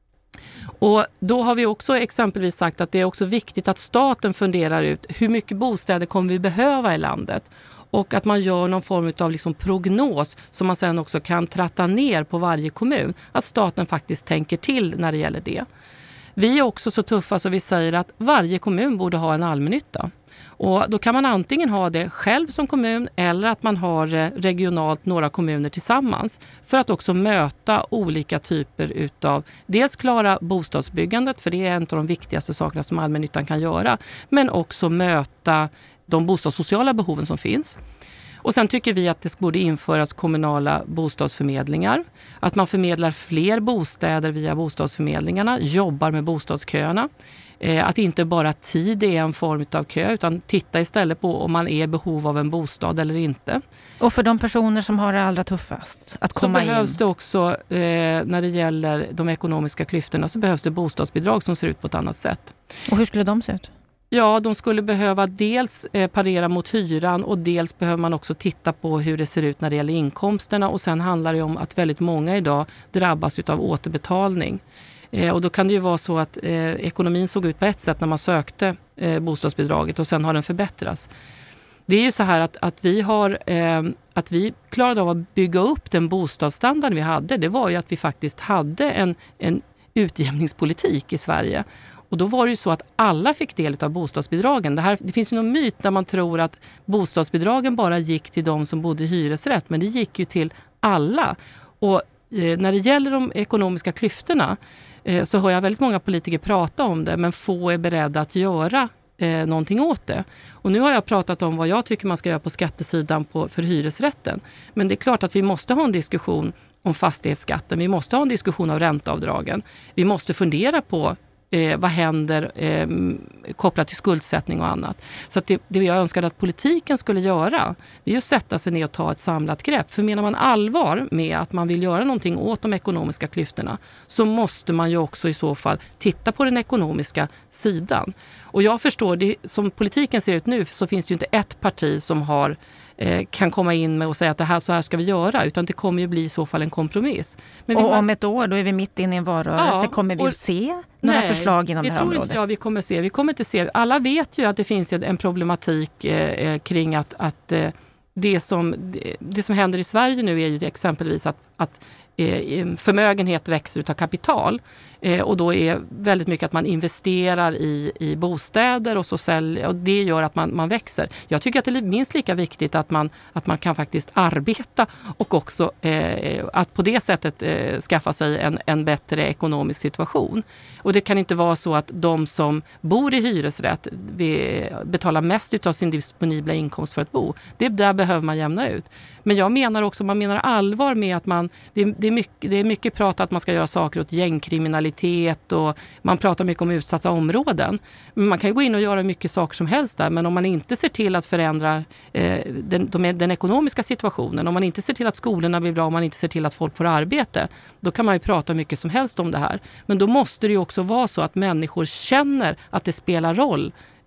S1: Och då har vi också exempelvis sagt att det är också viktigt att staten funderar ut hur mycket bostäder kommer vi behöva i landet. Och att man gör någon form av liksom prognos som man sedan också kan tratta ner på varje kommun. Att staten faktiskt tänker till när det gäller det. Vi är också så tuffa så vi säger att varje kommun borde ha en allmännytta. Och då kan man antingen ha det själv som kommun eller att man har regionalt några kommuner tillsammans för att också möta olika typer utav, dels klara bostadsbyggandet, för det är en av de viktigaste sakerna som allmännyttan kan göra, men också möta de bostadssociala behoven som finns. Och sen tycker vi att det borde införas kommunala bostadsförmedlingar. Att man förmedlar fler bostäder via bostadsförmedlingarna, jobbar med bostadsköerna. Att inte bara tid är en form av kö, utan titta istället på om man är i behov av en bostad eller inte.
S2: Och för de personer som har det allra tuffast att komma in?
S1: Så behövs det också, eh, när det gäller de ekonomiska klyftorna, så behövs det bostadsbidrag som ser ut på ett annat sätt.
S2: Och hur skulle de se ut?
S1: Ja, de skulle behöva dels eh, parera mot hyran och dels behöver man också titta på hur det ser ut när det gäller inkomsterna. Och sen handlar det om att väldigt många idag drabbas av återbetalning. Eh, och då kan det ju vara så att eh, ekonomin såg ut på ett sätt när man sökte eh, bostadsbidraget och sen har den förbättrats. Det är ju så här att, att, vi har, eh, att vi klarade av att bygga upp den bostadsstandard vi hade. Det var ju att vi faktiskt hade en, en utjämningspolitik i Sverige. Och då var det ju så att alla fick del av bostadsbidragen. Det, här, det finns ju någon myt där man tror att bostadsbidragen bara gick till de som bodde i hyresrätt. Men det gick ju till alla. Och eh, när det gäller de ekonomiska klyftorna eh, så hör jag väldigt många politiker prata om det. Men få är beredda att göra eh, någonting åt det. Och nu har jag pratat om vad jag tycker man ska göra på skattesidan på, för hyresrätten. Men det är klart att vi måste ha en diskussion om fastighetsskatten. Vi måste ha en diskussion om ränteavdragen. Vi måste fundera på Eh, vad händer eh, kopplat till skuldsättning och annat. Så att det, det jag önskade att politiken skulle göra, det är att sätta sig ner och ta ett samlat grepp. För menar man allvar med att man vill göra någonting åt de ekonomiska klyftorna, så måste man ju också i så fall titta på den ekonomiska sidan. Och jag förstår, det, som politiken ser ut nu så finns det ju inte ett parti som har kan komma in med och säga att det här, så här ska vi göra, utan det kommer ju bli i så fall en kompromiss. Men
S2: och
S1: vi,
S2: om ett år, då är vi mitt inne i en valrörelse, ja, kommer vi och, att se några nej, förslag inom det här området?
S1: Ja, vi kommer se. Vi kommer inte se. Alla vet ju att det finns en problematik eh, kring att, att eh, det, som, det, det som händer i Sverige nu är ju exempelvis att, att eh, förmögenhet växer utav kapital. Eh, och då är väldigt mycket att man investerar i, i bostäder och, så sälj, och det gör att man, man växer. Jag tycker att det är minst lika viktigt att man, att man kan faktiskt arbeta och också eh, att på det sättet eh, skaffa sig en, en bättre ekonomisk situation. Och det kan inte vara så att de som bor i hyresrätt betalar mest av sin disponibla inkomst för att bo. Det, där behöver man jämna ut. Men jag menar också, man menar allvar med att man, det, det, är mycket, det är mycket prat att man ska göra saker åt gängkriminalitet och man pratar mycket om utsatta områden. Men man kan ju gå in och göra mycket saker som helst där, men om man inte ser till att förändra eh, den, de, den ekonomiska situationen, om man inte ser till att skolorna blir bra, om man inte ser till att folk får arbete, då kan man ju prata mycket som helst om det här. Men då måste det ju också vara så att människor känner att det spelar roll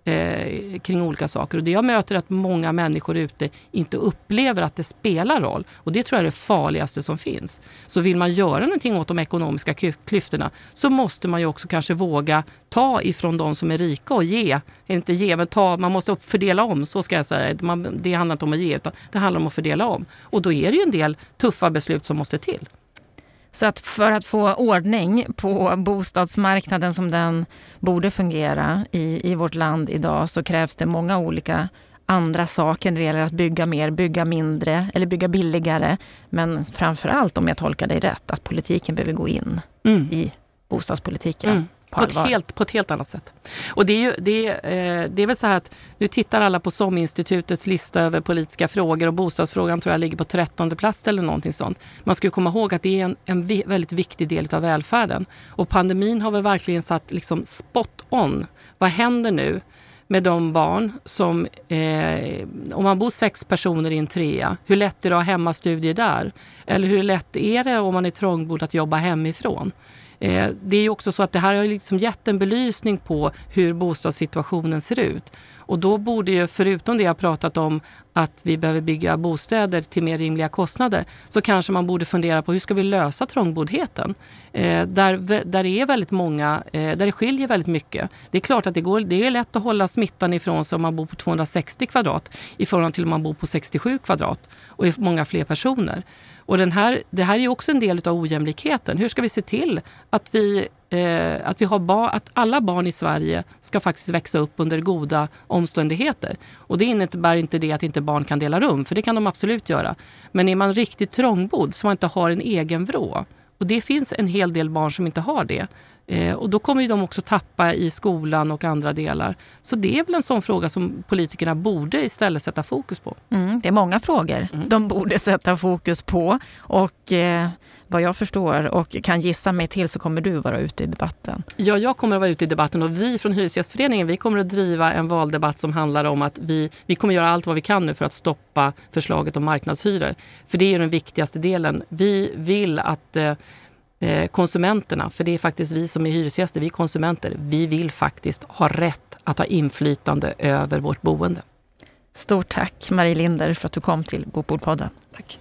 S1: eh, kring olika saker. Och det jag möter är att många människor ute inte upplever att det spelar roll. Och det tror jag är det farligaste som finns. Så vill man göra någonting åt de ekonomiska klyftorna så måste man ju också kanske våga ta ifrån de som är rika och ge. Inte ge, men ta, man måste fördela om, så ska jag säga. Man, det handlar inte om att ge, utan det handlar om att fördela om. Och då är det ju en del tuffa beslut som måste till.
S2: Så att för att få ordning på bostadsmarknaden som den borde fungera i, i vårt land idag så krävs det många olika andra saker när det gäller att bygga mer, bygga mindre eller bygga billigare. Men framförallt, om jag tolkar dig rätt, att politiken behöver gå in mm. i bostadspolitiken. Mm.
S1: På ett, helt, på ett helt annat sätt. Och det är, ju, det, är, det är väl så här att nu tittar alla på S O M-institutets lista över politiska frågor och bostadsfrågan tror jag ligger på trettonde plats eller någonting sånt. Man ska ju komma ihåg att det är en, en vi, väldigt viktig del av välfärden. Och pandemin har väl verkligen satt liksom spot on. Vad händer nu med de barn som, eh, om man bor sex personer i en trea, hur lätt är det att ha hemmastudier där? Eller hur lätt är det om man är trångbodd att jobba hemifrån? Det är ju också så att det här har liksom gett en belysning på hur bostadssituationen ser ut. Och då borde ju, förutom det jag pratat om att vi behöver bygga bostäder till mer rimliga kostnader, så kanske man borde fundera på hur ska vi lösa trångboddheten. Eh, där, där är väldigt många, eh, där det skiljer väldigt mycket. Det är klart att det, går, det är lätt att hålla smittan ifrån sig om man bor på tvåhundrasextio kvadrat i förhållande till om man bor på sextiosju kvadrat och är många fler personer. Och den här, det här är ju också en del av ojämlikheten. Hur ska vi se till att vi, eh, att vi har bar, att alla barn i Sverige ska faktiskt växa upp under goda omständigheter? Och det innebär inte det att inte barn kan dela rum, för det kan de absolut göra. Men är man riktigt trångbodd så man inte har en egen vrå, och det finns en hel del barn som inte har det. Eh, och då kommer ju de också tappa i skolan och andra delar. Så det är väl en sån fråga som politikerna borde istället sätta fokus på.
S2: Mm, det är många frågor mm. de borde sätta fokus på. Och eh, vad jag förstår och kan gissa mig till så kommer du vara ute i debatten.
S1: Ja, jag kommer att vara ute i debatten, och vi från Hyresgästföreningen, vi kommer att driva en valdebatt som handlar om att vi, vi kommer göra allt vad vi kan nu för att stoppa förslaget om marknadshyror. För det är ju den viktigaste delen. Vi vill att eh, konsumenterna, för det är faktiskt vi som är hyresgäster, vi är konsumenter, vi vill faktiskt ha rätt att ha inflytande över vårt boende.
S2: Stort tack Marie Linder för att du kom till Bopolpodden.
S1: Tack.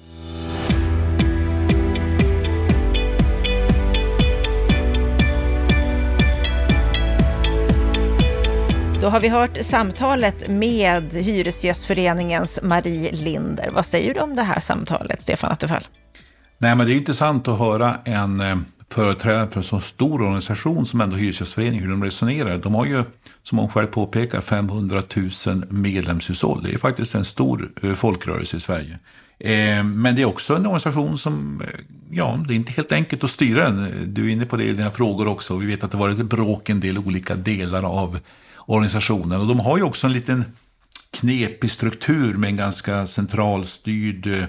S2: Då har vi hört samtalet med Hyresgästföreningens Marie Linder. Vad säger du om det här samtalet, Stefan Attefall?
S3: Nej, men det är intressant att höra en eh, företrädare för en så stor organisation som ändå Hyresgästföreningen, hur de resonerar. De har ju, som hon själv påpekar, femhundratusen medlemshushåll. Det är faktiskt en stor eh, folkrörelse i Sverige. Eh, men det är också en organisation som, eh, ja, det är inte helt enkelt att styra den. Du är inne på det i dina frågor också. Vi vet att det har varit ett bråk en del olika delar av organisationen. Och de har ju också en liten knepig struktur med en ganska centralstyrd eh,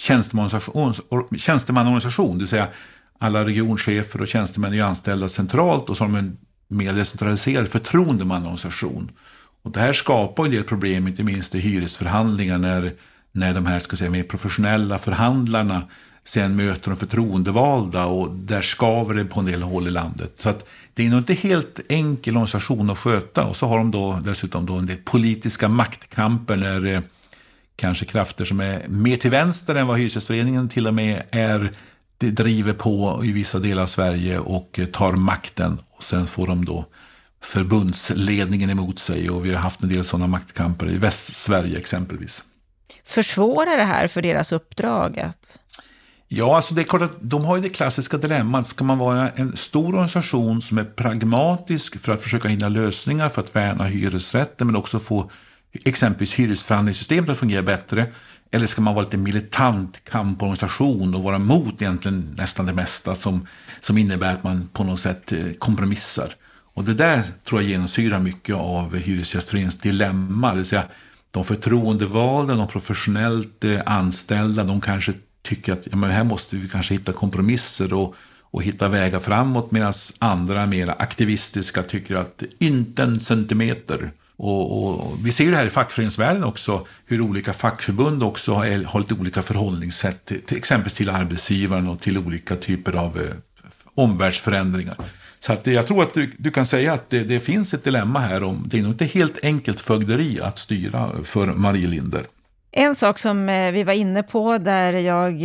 S3: tjänstemannaorganisation, det vill säga alla regionchefer och tjänstemän är ju anställda centralt, och så har de en mer decentraliserad förtroendemannaorganisation. Och det här skapar en del problem, inte minst i hyresförhandlingar, när, när de här ska säga, mer professionella förhandlarna sen möter de förtroendevalda, och där skaver det på en del håll i landet. Så att det är nog inte helt enkel organisation att sköta, och så har de då dessutom då en del politiska maktkamper när kanske krafter som är mer till vänster än vad Hyresgästföreningen till och med är, det driver på i vissa delar av Sverige och tar makten, och sen får de då förbundsledningen emot sig, och vi har haft en del sådana maktkamper i Västsverige exempelvis.
S2: Försvårar det här för deras uppdrag? Att...
S3: Ja, alltså det är klart att de har ju det klassiska dilemmat. Ska man vara en stor organisation som är pragmatisk för att försöka hitta lösningar för att värna hyresrätten, men också få exempelvis hyresförhandlingssystemet att fungera bättre, eller ska man vara lite militant kamporganisation och vara mot egentligen nästan det mesta som, som innebär att man på något sätt kompromissar. Och det där tror jag genomsyrar mycket av Hyresgästföreningens dilemma, det vill säga de förtroendevalda, de professionellt anställda, de kanske tycker att ja, men här måste vi kanske hitta kompromisser och, och hitta vägar framåt, medan andra mer aktivistiska tycker att inte en centimeter. Och, och vi ser det här i fackföreningsvärlden också, hur olika fackförbund också har, har lite olika förhållningssätt till, till exempelvis till arbetsgivaren och till olika typer av eh, omvärldsförändringar. Så att jag tror att du, du kan säga att det, det finns ett dilemma här. Om, det är nog inte helt enkelt fögderi att styra för Marie Linder.
S2: En sak som vi var inne på där jag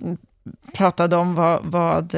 S2: pratade om vad, vad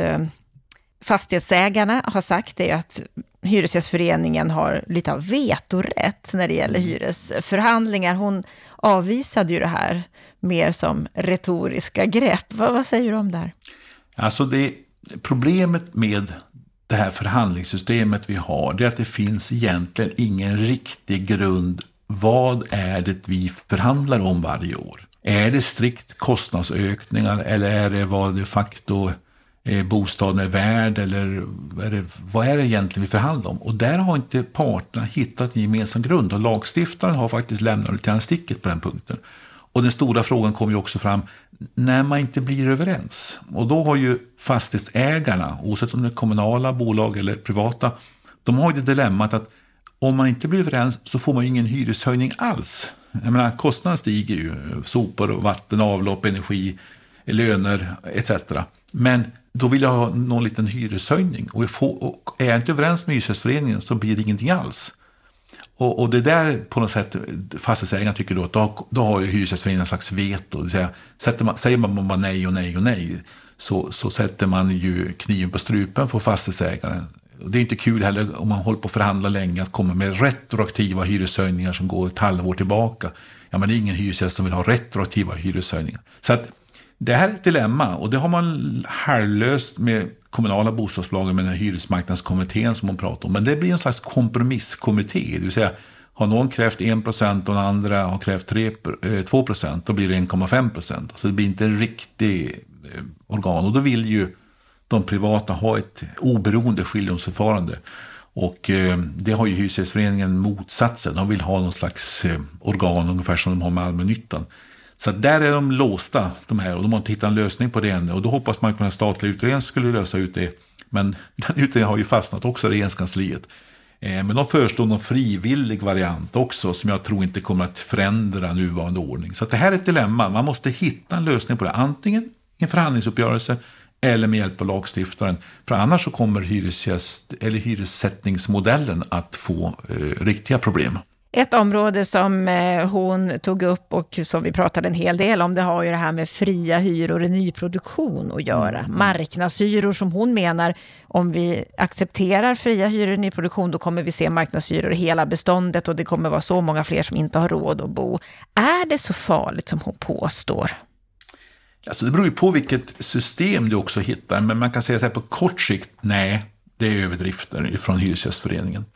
S2: fastighetsägarna har sagt är att Hyresgästföreningen har lite av vetorätt när det gäller hyresförhandlingar. Hon avvisade ju det här mer som retoriska grepp. Vad, vad säger du om det här?
S3: Alltså det, problemet med det här förhandlingssystemet vi har, det är att det finns egentligen ingen riktig grund. Vad är det vi förhandlar om varje år? Är det strikt kostnadsökningar eller är det vad de facto eh, bostaden är värd eller är det, vad är det egentligen vi förhandlar om? Och där har inte parterna hittat en gemensam grund och lagstiftaren har faktiskt lämnat lite grann sticket på den punkten. Och den stora frågan kommer ju också fram när man inte blir överens. Och då har ju fastighetsägarna, oavsett om det är kommunala bolag eller privata, de har ju det dilemmat att om man inte blir överens så får man ju ingen hyreshöjning alls. Jag menar, kostnaden stiger ju, sopor, vatten, avlopp, energi, löner et cetera. Men då vill jag ha någon liten hyreshöjning och, få, och är jag inte överens med Hyresgästföreningen så blir det ingenting alls. Och, och det där på något sätt fastighetsägarna tycker då att då, då har ju Hyresgästföreningen en slags veto. Det vill säga, sätter man, säger man bara nej och nej och nej så, så sätter man ju kniven på strupen på fastighetsägaren. Det är inte kul heller om man håller på att förhandla länge att komma med retroaktiva hyreshöjningar som går ett halvår tillbaka. Ja, men det är ingen hyresgäst som vill ha retroaktiva hyreshöjningar. Så att det här är ett dilemma och det har man halvlöst med kommunala bostadsbolagen med den här hyresmarknadskommittén som man pratar om. Men det blir en slags kompromisskommitté. Det vill säga, har någon krävt en procent och den andra har krävt tre, två procent, då blir det en komma fem procent. Så det blir inte en riktig organ och då vill ju de privata har ett oberoende skiljedomsförfarande och eh, det har ju Hyresgästföreningen motsatsen. De vill ha någon slags eh, organ ungefär som de har med allmännyttan. Så där är de låsta de här och de har inte hittat en lösning på det än och då hoppas man att den statliga utredningen skulle lösa ut det. Men den utredningen har ju fastnat också i regeringskansliet. Eh, men de föreslår någon frivillig variant också som jag tror inte kommer att förändra nuvarande ordning. Så att det här är ett dilemma. Man måste hitta en lösning på det. Antingen en förhandlingsuppgörelse eller med hjälp av lagstiftaren. För annars så kommer hyresgäst eller hyressättningsmodellen att få eh, riktiga problem.
S2: Ett område som eh, hon tog upp och som vi pratade en hel del om, det har ju det här med fria hyror i nyproduktion att göra. Mm. Marknadshyror som hon menar, om vi accepterar fria hyror i nyproduktion då kommer vi se marknadshyror i hela beståndet och det kommer vara så många fler som inte har råd att bo. Är det så farligt som hon påstår?
S3: Alltså det beror ju på vilket system du också hittar, men man kan säga så här på kort sikt, nej, det är överdrifter från Hyresgästföreningen.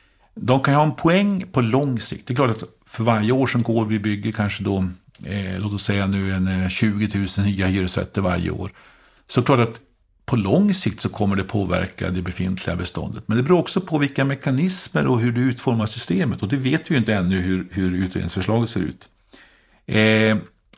S3: De kan ju ha en poäng på lång sikt. Det är klart att för varje år som går vi bygger kanske då, eh, låt oss säga nu en tjugo tusen nya hyresrätter varje år. Så det är klart att på lång sikt så kommer det påverka det befintliga beståndet. Men det beror också på vilka mekanismer och hur du utformar systemet. Och det vet vi ju inte ännu hur, hur utredningsförslaget ser ut. Eh,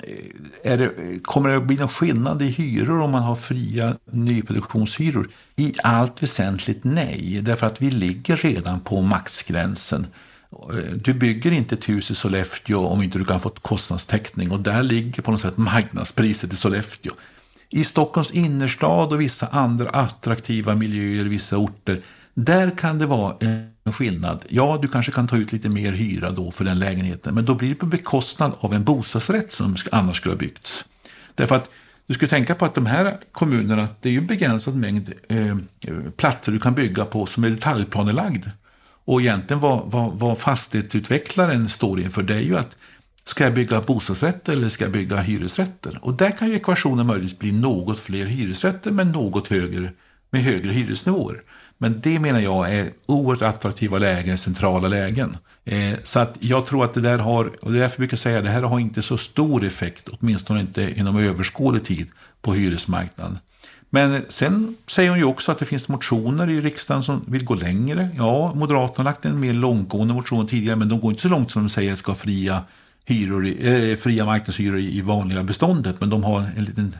S3: Är det, kommer det att bli någon skillnad i hyror om man har fria nyproduktionshyror? I allt väsentligt nej, därför att vi ligger redan på maxgränsen. Du bygger inte ett hus i Sollefteå om inte du kan få kostnadstäckning och där ligger på något sätt marknadspriset i Sollefteå. I Stockholms innerstad och vissa andra attraktiva miljöer i vissa orter, där kan det vara en skillnad. Ja, du kanske kan ta ut lite mer hyra då för den lägenheten, men då blir det på bekostnad av en bostadsrätt som annars skulle ha byggts. Därför att du skulle tänka på att de här kommunerna, det är ju begränsad mängd eh, platser du kan bygga på som är detaljplanelagd. Och egentligen vad, vad, vad fastighetsutvecklaren står inför, det är ju att ska jag bygga bostadsrätter eller ska jag bygga hyresrätter? Och där kan ju ekvationen möjligtvis bli något fler hyresrätter men något högre med högre hyresnivåer. Men det menar jag är oerhört attraktiva lägen, centrala lägen. Eh, så att jag tror att det där har, och det är därför jag brukar säga att det här har inte så stor effekt, åtminstone inte inom överskådlig tid på hyresmarknaden. Men sen säger hon ju också att det finns motioner i riksdagen som vill gå längre. Ja, Moderaterna har lagt en mer långtgående motion tidigare, men de går inte så långt som de säger att ska fria, hyror, eh, fria marknadshyror i vanliga beståndet, men de har en liten...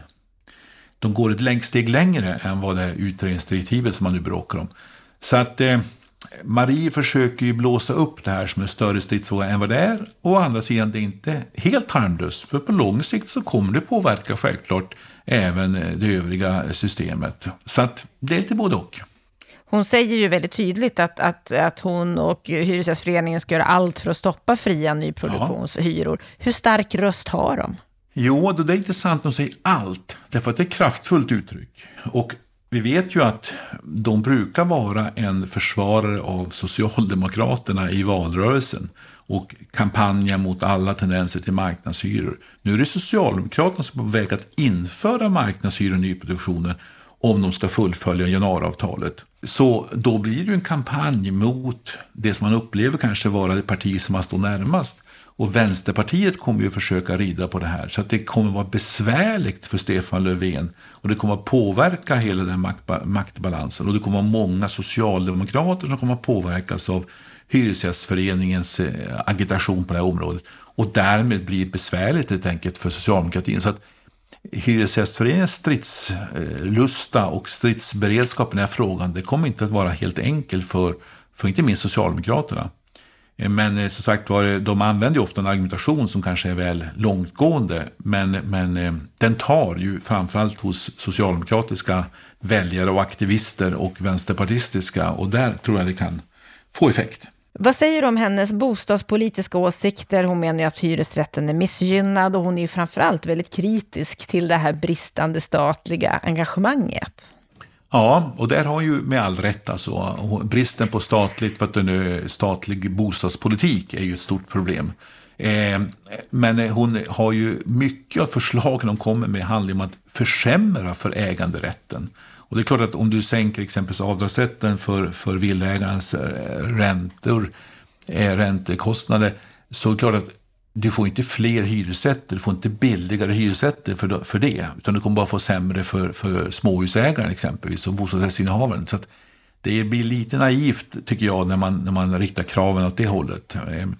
S3: De går ett längt steg längre än vad det här utredningsdirektivet som man nu bråkar om. Så att eh, Marie försöker ju blåsa upp det här som en större stridsfråga än vad det är. Och å andra sidan det är inte helt harmlöst. För på lång sikt så kommer det påverka självklart även det övriga systemet. Så att det är lite både och.
S2: Hon säger ju väldigt tydligt att, att, att hon och Hyresgästföreningen ska göra allt för att stoppa fria nyproduktionshyror. Ja. Hur stark röst har de?
S3: Jo, det är intressant att de säger allt. Därför att det är ett kraftfullt uttryck. Och vi vet ju att de brukar vara en försvarare av Socialdemokraterna i valrörelsen och kampanja mot alla tendenser till marknadshyror. Nu är det Socialdemokraterna som är på väg att införa marknadshyror i nyproduktionen om de ska fullfölja januariavtalet. Så då blir det ju en kampanj mot det som man upplever kanske vara det parti som man står närmast. Och Vänsterpartiet kommer ju försöka rida på det här. Så att det kommer vara besvärligt för Stefan Löfven. Och det kommer att påverka hela den makt- maktbalansen. Och det kommer att vara många socialdemokrater som kommer att påverkas av Hyresgästföreningens eh, agitation på det här området. Och därmed blir det besvärligt helt enkelt för socialdemokratin. Så att Hyresgästföreningens stridslusta och stridsberedskap i den här frågan, det kommer inte att vara helt enkelt för, för inte minst Socialdemokraterna. Men som sagt var, de använder ju ofta en argumentation som kanske är väl långtgående, men, men den tar ju framförallt hos socialdemokratiska väljare och aktivister och vänsterpartistiska, och där tror jag det kan få effekt.
S2: Vad säger du om hennes bostadspolitiska åsikter? Hon menar ju att hyresrätten är missgynnad och hon är ju framförallt väldigt kritisk till det här bristande statliga engagemanget.
S3: Ja, och där har ju med all rätt alltså, bristen på statligt, för att nu statlig bostadspolitik är ju ett stort problem. Eh, men hon har ju mycket av förslagen hon kommer med handlar om att försämra för äganderätten. Och det är klart att om du sänker exempelvis avdragsrätten för, för villaägarens räntor, eh, räntekostnader, så är det klart att du får inte fler hyresrätter, du får inte billigare hyresrätter för, för det, utan du kommer bara få sämre för, för småhusägaren exempelvis och bostadsrättsinnehavaren. Så att det blir lite naivt tycker jag när man, när man riktar kraven åt det hållet.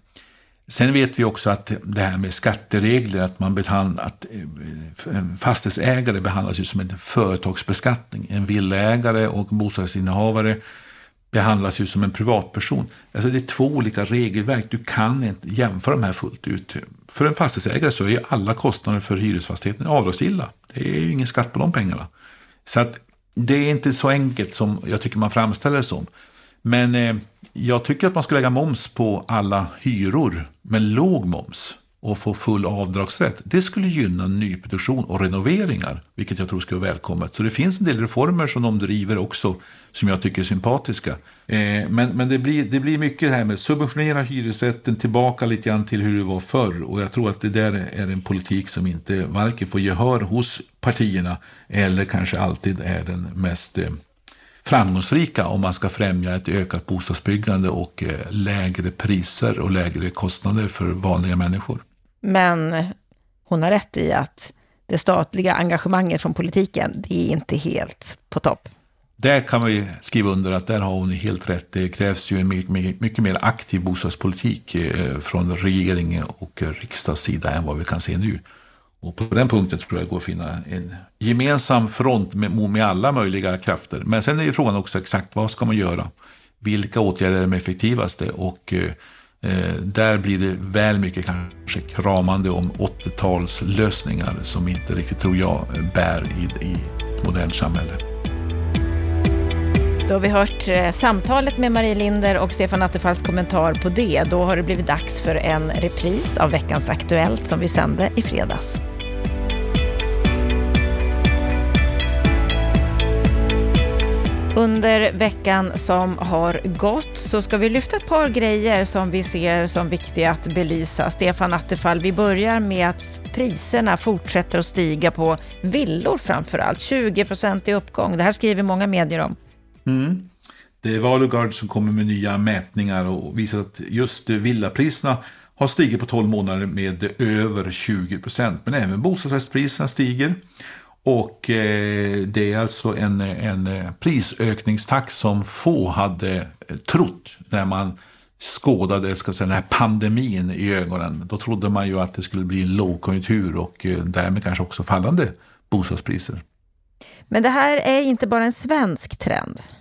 S3: Sen vet vi också att det här med skatteregler, att man behandlar, att en fastighetsägare behandlas ju som en företagsbeskattning. En villaägare och bostadsinnehavare behandlas ju som en privatperson. Alltså det är två olika regelverk. Du kan inte jämföra de här fullt ut. För en fastighetsägare så är alla kostnader för hyresfastigheten avdragsgilla. Det är ju ingen skatt på de pengarna. Så att det är inte så enkelt som jag tycker man framställer det som. Men eh, jag tycker att man ska lägga moms på alla hyror med låg moms och få full avdragsrätt. Det skulle gynna nyproduktion och renoveringar, vilket jag tror ska vara välkommet. Så det finns en del reformer som de driver också som jag tycker är sympatiska. Eh, men men det, blir, det blir mycket här med subventionera hyresrätten tillbaka lite grann till hur det var förr. Och jag tror att det där är en politik som inte varken får gehör hos partierna eller kanske alltid är den mest eh, framgångsrika om man ska främja ett ökat bostadsbyggande och eh, lägre priser och lägre kostnader för vanliga människor.
S2: Men hon har rätt i att det statliga engagemanget från politiken, det är inte helt på topp.
S3: Där kan vi skriva under att där har hon helt rätt. Det krävs ju en mycket, mycket mer aktiv bostadspolitik eh, från regeringen och riksdagssida än vad vi kan se nu. Och på den punkten tror jag det går att finna en gemensam front med, med alla möjliga krafter. Men sen är ju frågan också exakt vad ska man göra? Vilka åtgärder är de effektivaste? Och eh, där blir det väl mycket kanske kramande om åttiotalslösningar som inte riktigt tror jag bär i, i ett modernt samhälle.
S2: Då har vi hört eh, samtalet med Marie Linder och Stefan Attefalls kommentar på det. Då har det blivit dags för en repris av veckans Aktuellt som vi sände i fredags. Under veckan som har gått så ska vi lyfta ett par grejer som vi ser som viktiga att belysa. Stefan Attefall, vi börjar med att priserna fortsätter att stiga på villor framförallt. tjugo procent i uppgång. Det här skriver många medier om.
S3: Mm. Det är Valugard som kommer med nya mätningar och visar att just villapriserna har stigit på tolv månader med över tjugo procent. Men även bostadsrättspriserna stiger. Och eh, det är alltså en, en prisökningstakt som få hade trott när man skådade ska säga, den här pandemin i ögonen. Då trodde man ju att det skulle bli en lågkonjunktur och eh, därmed kanske också fallande bostadspriser.
S2: Men det här är inte bara en svensk trend.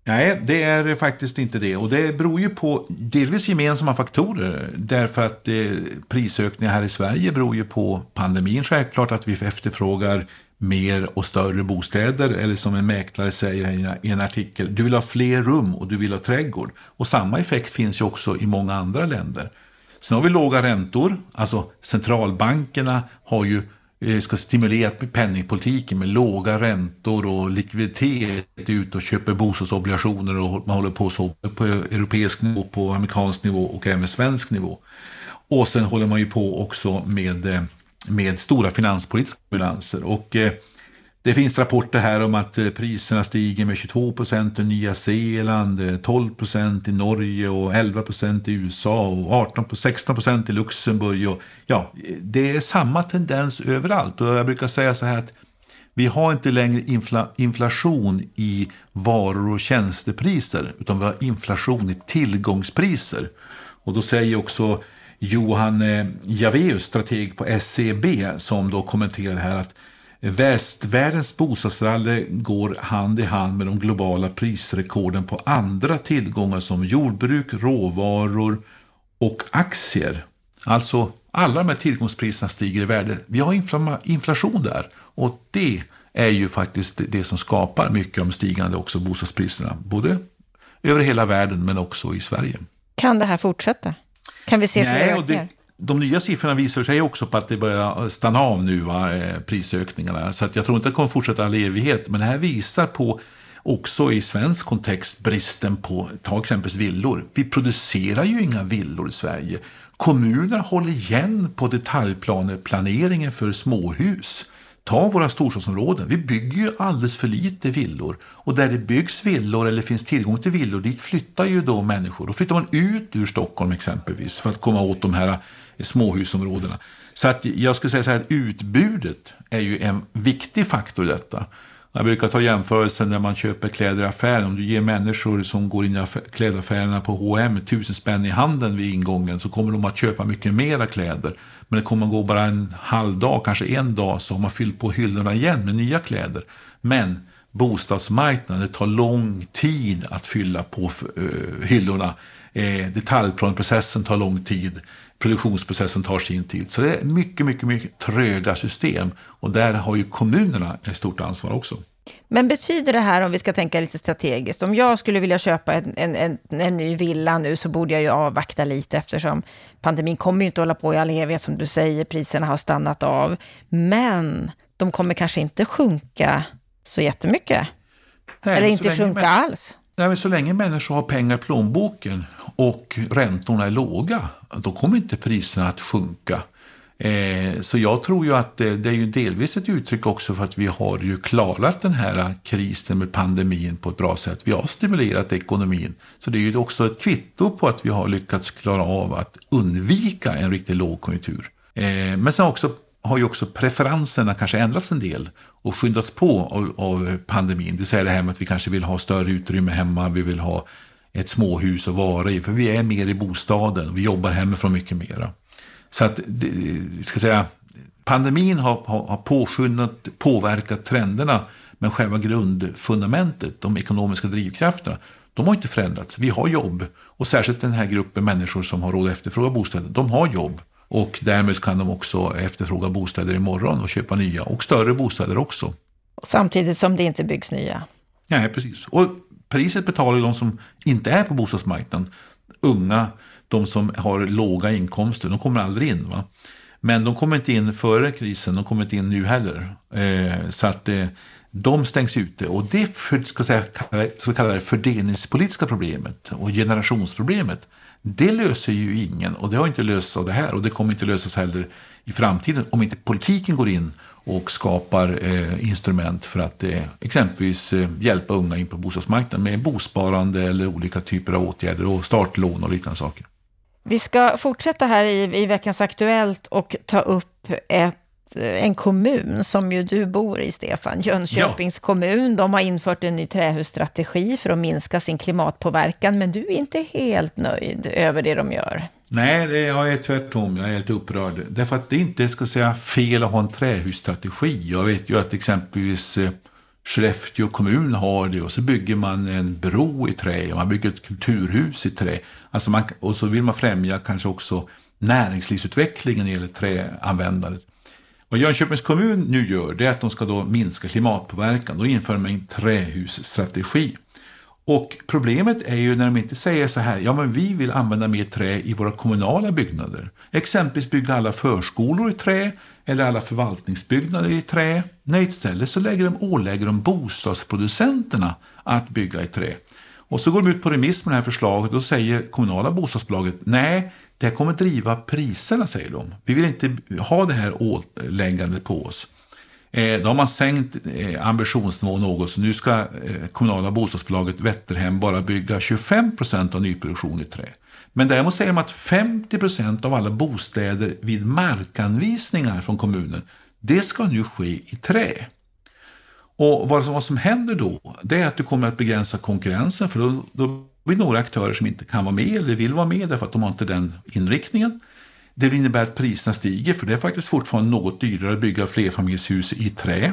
S3: Nej, det är faktiskt inte det. Och det beror ju på delvis gemensamma faktorer. Därför att eh, prisökningar här i Sverige beror ju på pandemin. Självklart att vi efterfrågar mer och större bostäder. Eller som en mäklare säger i en artikel, du vill ha fler rum och du vill ha trädgård. Och samma effekt finns ju också i många andra länder. Sen har vi låga räntor. Alltså centralbankerna har ju ska stimulera penningpolitiken med låga räntor och likviditet ut och köper bostadsobligationer, och man håller på så på europeisk nivå, på amerikansk nivå och även svensk nivå. Och sen håller man ju på också med, med stora finanspolitiska balanser. Och eh, det finns rapporter här om att priserna stiger med tjugotvå procent i Nya Zeeland, tolv procent i Norge och elva procent i U S A och arton, sexton procent i Luxemburg. Och, ja, det är samma tendens överallt. Och jag brukar säga så här att vi har inte längre infla, inflation i varor och tjänstepriser, utan vi har inflation i tillgångspriser. Och då säger också Johan Javeus, strateg på S E B, som då kommenterar här att västvärldens bostadsrally går hand i hand med de globala prisrekorden på andra tillgångar som jordbruk, råvaror och aktier. Alltså alla de här tillgångspriserna stiger i värde. Vi har inflation där, och det är ju faktiskt det som skapar mycket av stigande också bostadspriserna. Både över hela världen men också i Sverige.
S2: Kan det här fortsätta? Kan vi se fler
S3: Nej,
S2: ökningar?
S3: De nya siffrorna visar sig också på att det börjar stanna av nu, va, prisökningarna. Så att jag tror inte att det kommer fortsätta all evighet. Men det här visar på också i svensk kontext bristen på, ta exempelvis villor. Vi producerar ju inga villor i Sverige. Kommuner håller igen på detaljplaneringen för småhus. Ta våra storstadsområden. Vi bygger ju alldeles för lite villor. Och där det byggs villor eller finns tillgång till villor, dit flyttar ju då människor. Då flyttar man ut ur Stockholm exempelvis för att komma åt de här småhusområdena. Så att jag skulle säga så här att utbudet är ju en viktig faktor i detta. Jag brukar ta jämförelsen när man köper kläder i affären. Om du ger människor som går in i klädaffärerna på H och M tusen spänn i handen vid ingången, så kommer de att köpa mycket mera kläder. Men det kommer att gå bara en halv dag, kanske en dag, så har man fyllt på hyllorna igen med nya kläder. Men bostadsmarknaden, det tar lång tid att fylla på uh, hyllorna. Eh, detaljplanprocessen tar lång tid. Produktionsprocessen tar sin tid. Så det är mycket, mycket, mycket tröga system. Och där har ju kommunerna ett stort ansvar också.
S2: Men betyder det här, om vi ska tänka lite strategiskt, om jag skulle vilja köpa en, en, en, en ny villa nu, så borde jag ju avvakta lite, eftersom pandemin kommer ju inte hålla på i all evighet, som du säger, priserna har stannat av. Men de kommer kanske inte sjunka så jättemycket. Nej, eller inte sjunka men... alls.
S3: Nej, men så länge människor har pengar i plånboken och räntorna är låga, då kommer inte priserna att sjunka. Eh, så jag tror ju att det, det är ju delvis ett uttryck också för att vi har ju klarat den här krisen med pandemin på ett bra sätt. Vi har stimulerat ekonomin. Så det är ju också ett kvitto på att vi har lyckats klara av att undvika en riktig lågkonjunktur. Eh, men sen också har ju också preferenserna kanske ändrats en del och skyndats på av, av pandemin. Det säger det här med att vi kanske vill ha större utrymme hemma, vi vill ha ett småhus att vara i, för vi är mer i bostaden, vi jobbar hemifrån mycket mera. Så att, ska säga, pandemin har, har, har påskyndat, påverkat trenderna, men själva grundfundamentet, de ekonomiska drivkrafterna, de har inte förändrats. Vi har jobb, och särskilt den här gruppen människor som har råd att efterfråga bostäder, de har jobb. Och därmed kan de också efterfråga bostäder imorgon och köpa nya, och större bostäder också.
S2: Samtidigt som det inte byggs nya.
S3: Nej, precis. Och priset betalar de som inte är på bostadsmarknaden. Unga, de som har låga inkomster, de kommer aldrig in, va? Men de kommer inte in före krisen, de kommer inte in nu heller. Eh, så att eh, de stängs ute. Och det för, ska säga, så vi kallar det fördelningspolitiska problemet och generationsproblemet, det löser ju ingen, och det har inte lösts av det här, och det kommer inte lösas heller i framtiden om inte politiken går in och skapar eh, instrument för att eh, exempelvis eh, hjälpa unga in på bostadsmarknaden med bosparande eller olika typer av åtgärder och startlån och liknande saker.
S2: Vi ska fortsätta här i, i veckans Aktuellt och ta upp ett, en kommun som ju du bor i, Stefan. Jönköpings ja. kommun. De har infört en ny trähusstrategi för att minska sin klimatpåverkan, men du är inte helt nöjd över det de gör.
S3: Nej, det, jag är tvärtom. Jag är helt upprörd. Därför att det inte ska säga fel att ha en trähusstrategi. Jag vet ju att exempelvis Skellefteå kommun har det, och så bygger man en bro i trä och man bygger ett kulturhus i trä. Alltså man, och så vill man främja kanske också näringslivsutvecklingen när det gäller träanvändandet. Vad Jönköpings kommun nu gör, det är att de ska då minska klimatpåverkan. Då inför de en trähusstrategi. Och problemet är ju när de inte säger så här, ja men vi vill använda mer trä i våra kommunala byggnader. Exempelvis bygga alla förskolor i trä eller alla förvaltningsbyggnader i trä. Nej, istället så lägger de, ålägger de bostadsproducenterna att bygga i trä. Och så går de ut på remiss med det här förslaget och säger kommunala bostadsbolaget, nej, det här kommer driva priserna, säger de. Vi vill inte ha det här åläggandet på oss. Eh, då har man sänkt eh, ambitionsnivå något, så nu ska eh, kommunala bostadsbolaget Vätterhem bara bygga tjugofem procent av nyproduktion i trä. Men däremot säger de att femtio procent av alla bostäder vid markanvisningar från kommunen, det ska nu ske i trä. Och vad som, vad som händer då, det är att du kommer att begränsa konkurrensen, för då, då blir några aktörer som inte kan vara med eller vill vara med därför att de har inte den inriktningen. Det innebär att priserna stiger, för det är faktiskt fortfarande något dyrare att bygga flerfamiljshus i trä.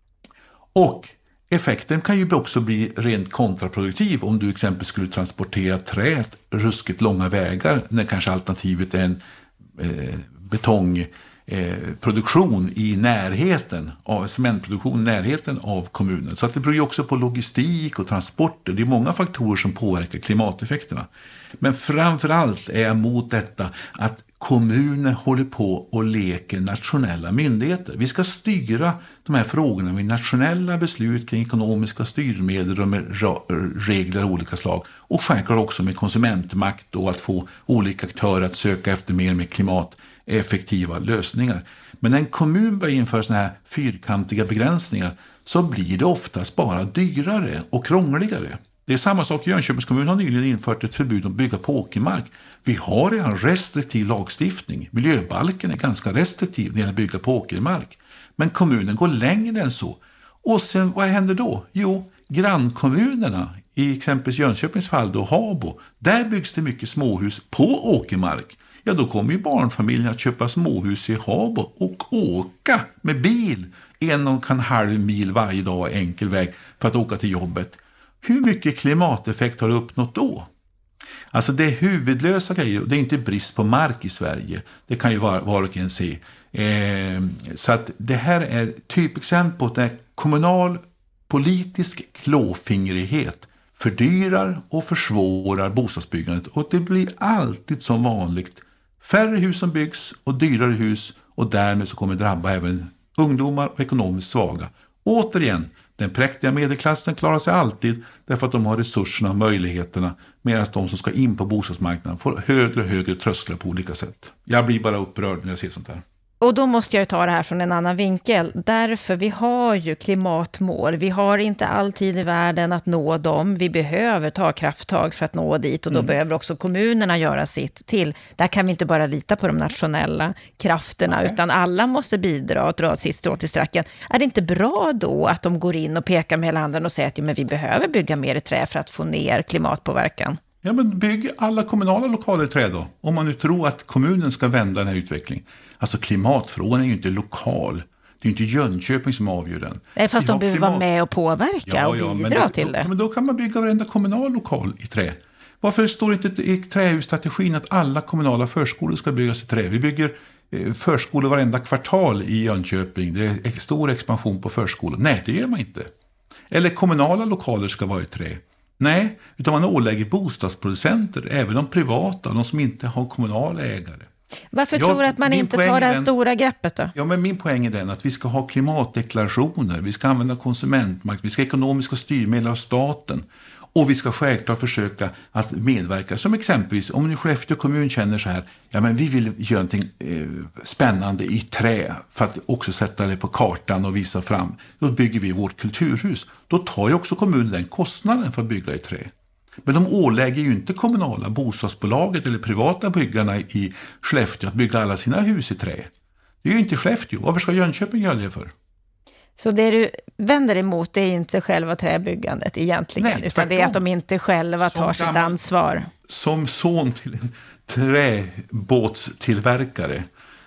S3: Och effekten kan ju också bli rent kontraproduktiv om du exempel skulle transportera träet ruskigt långa vägar när kanske alternativet är en eh, betong Eh, produktion i närheten av cementproduktion i närheten av kommunen. Så att det beror ju också på logistik och transporter. Det är många faktorer som påverkar klimateffekterna. Men framförallt är jag emot detta att kommuner håller på och leker nationella myndigheter. Vi ska styra de här frågorna med nationella beslut kring ekonomiska styrmedel och med regler av olika slag. Och självklart också med konsumentmakt och att få olika aktörer att söka efter mer med klimat effektiva lösningar. Men när en kommun börjar införa såna här fyrkantiga begränsningar så blir det oftast bara dyrare och krångligare. Det är samma sak. Jönköpings kommun har nyligen infört ett förbud att bygga på åkermark. Vi har en restriktiv lagstiftning. Miljöbalken är ganska restriktiv när det gäller att bygga på åkermark. Men kommunen går längre än så. Och sen, vad händer då? Jo, grannkommunerna, i exempelvis Jönköpings fall då, Habo, där byggs det mycket småhus på åkermark. Ja, då kommer ju barnfamiljen att köpa småhus i Habo och åka med bil en och en halv mil varje dag enkel väg för att åka till jobbet. Hur mycket klimateffekt har du uppnått då? Alltså det är huvudlösa grejer, och det är inte brist på mark i Sverige. Det kan ju var, var och en se. Eh, så att det här är typexempel på att kommunal politisk klåfingrighet fördyrar och försvårar bostadsbyggandet, och det blir alltid som vanligt färre hus som byggs och dyrare hus, och därmed så kommer det drabba även ungdomar och ekonomiskt svaga. Återigen, den präktiga medelklassen klarar sig alltid därför att de har resurserna och möjligheterna, medan de som ska in på bostadsmarknaden får högre och högre trösklar på olika sätt. Jag blir bara upprörd när jag ser sånt här.
S2: Och då måste jag ta det här från en annan vinkel. Därför vi har ju klimatmål. Vi har inte all tid i världen att nå dem. Vi behöver ta krafttag för att nå dit. Och då mm. behöver också kommunerna göra sitt till. Där kan vi inte bara lita på de nationella krafterna. Nej. Utan alla måste bidra och dra sitt strå till stracken. Är det inte bra då att de går in och pekar med hela handen och säger att ja, men vi behöver bygga mer i trä för att få ner klimatpåverkan?
S3: Ja, men bygg alla kommunala lokaler i trä då. Om man nu tror att kommunen ska vända den här utvecklingen. Alltså klimatfrågan är ju inte lokal. Det är ju inte Jönköping som avgör den.
S2: Nej, fast de behöver klimat... vara med och påverka ja, och ja, bidra
S3: då,
S2: till det.
S3: Då, men då kan man bygga varenda kommunal lokal i trä. Varför står det inte i trähusstrategin att alla kommunala förskolor ska byggas i trä? Vi bygger eh, förskolor varenda kvartal i Jönköping. Det är stor expansion på förskolor. Nej, det gör man inte. Eller kommunala lokaler ska vara i trä. Nej, utan man ålägger bostadsproducenter, även de privata, de som inte har kommunala ägare.
S2: Varför jag, tror du att man inte tar det här den, stora greppet då?
S3: Ja, men min poäng är den att vi ska ha klimatdeklarationer, vi ska använda konsumentmakt, vi ska ha ekonomiska styrmedel av staten. Och vi ska självklart försöka att medverka. Som exempelvis om nu Skellefteå kommun känner så här. Ja, men vi vill göra någonting eh, spännande i trä. För att också sätta det på kartan och visa fram. Då bygger vi vårt kulturhus. Då tar ju också kommunen den kostnaden för att bygga i trä. Men de ålägger ju inte kommunala bostadsbolaget eller privata byggarna i Skellefteå att bygga alla sina hus i trä. Det är ju inte Skellefteå. Varför ska Jönköping göra det för?
S2: Så det du vänder emot det är inte själva träbyggandet egentligen, nej, utan det är att de inte själva tar sitt ansvar.
S3: Som son till en träbåtstillverkare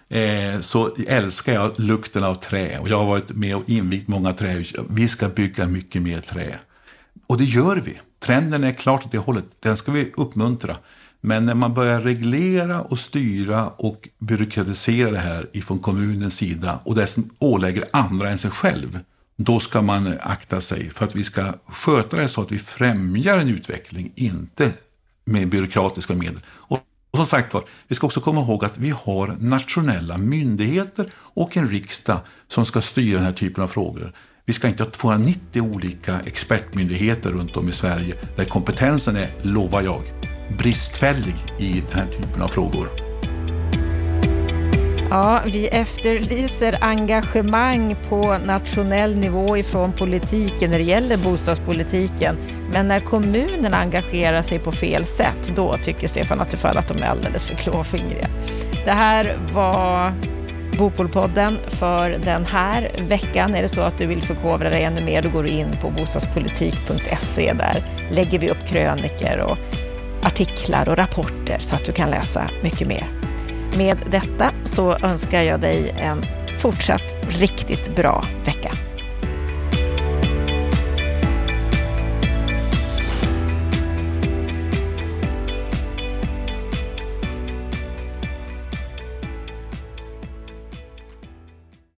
S3: eh, så älskar jag lukten av trä. Och jag har varit med och invigt många trähus. Vi ska bygga mycket mer trä. Och det gör vi. Trenden är klart åt det hållet. Den ska vi uppmuntra. Men när man börjar reglera och styra och byråkratisera det här ifrån kommunens sida och dessutom ålägger andra än sig själv, då ska man akta sig för att vi ska sköta det så att vi främjar en utveckling, inte med byråkratiska medel. Och, och som sagt var, vi ska också komma ihåg att vi har nationella myndigheter och en riksdag som ska styra den här typen av frågor. Vi ska inte ha tvåhundranittio olika expertmyndigheter runt om i Sverige där kompetensen är, lovar jag, bristfällig i den här typen av frågor.
S2: Ja, vi efterlyser engagemang på nationell nivå ifrån politiken när det gäller bostadspolitiken. Men när kommunen engagerar sig på fel sätt, då tycker Stefan Attefall att de är alldeles för klåfingriga. Det här var Bopolpodden för den här veckan. Är det så att du vill förkovra dig ännu mer, då går du in på bostadspolitik punkt se. Där lägger vi upp kröniker och artiklar och rapporter så att du kan läsa mycket mer. Med detta så önskar jag dig en fortsatt riktigt bra vecka.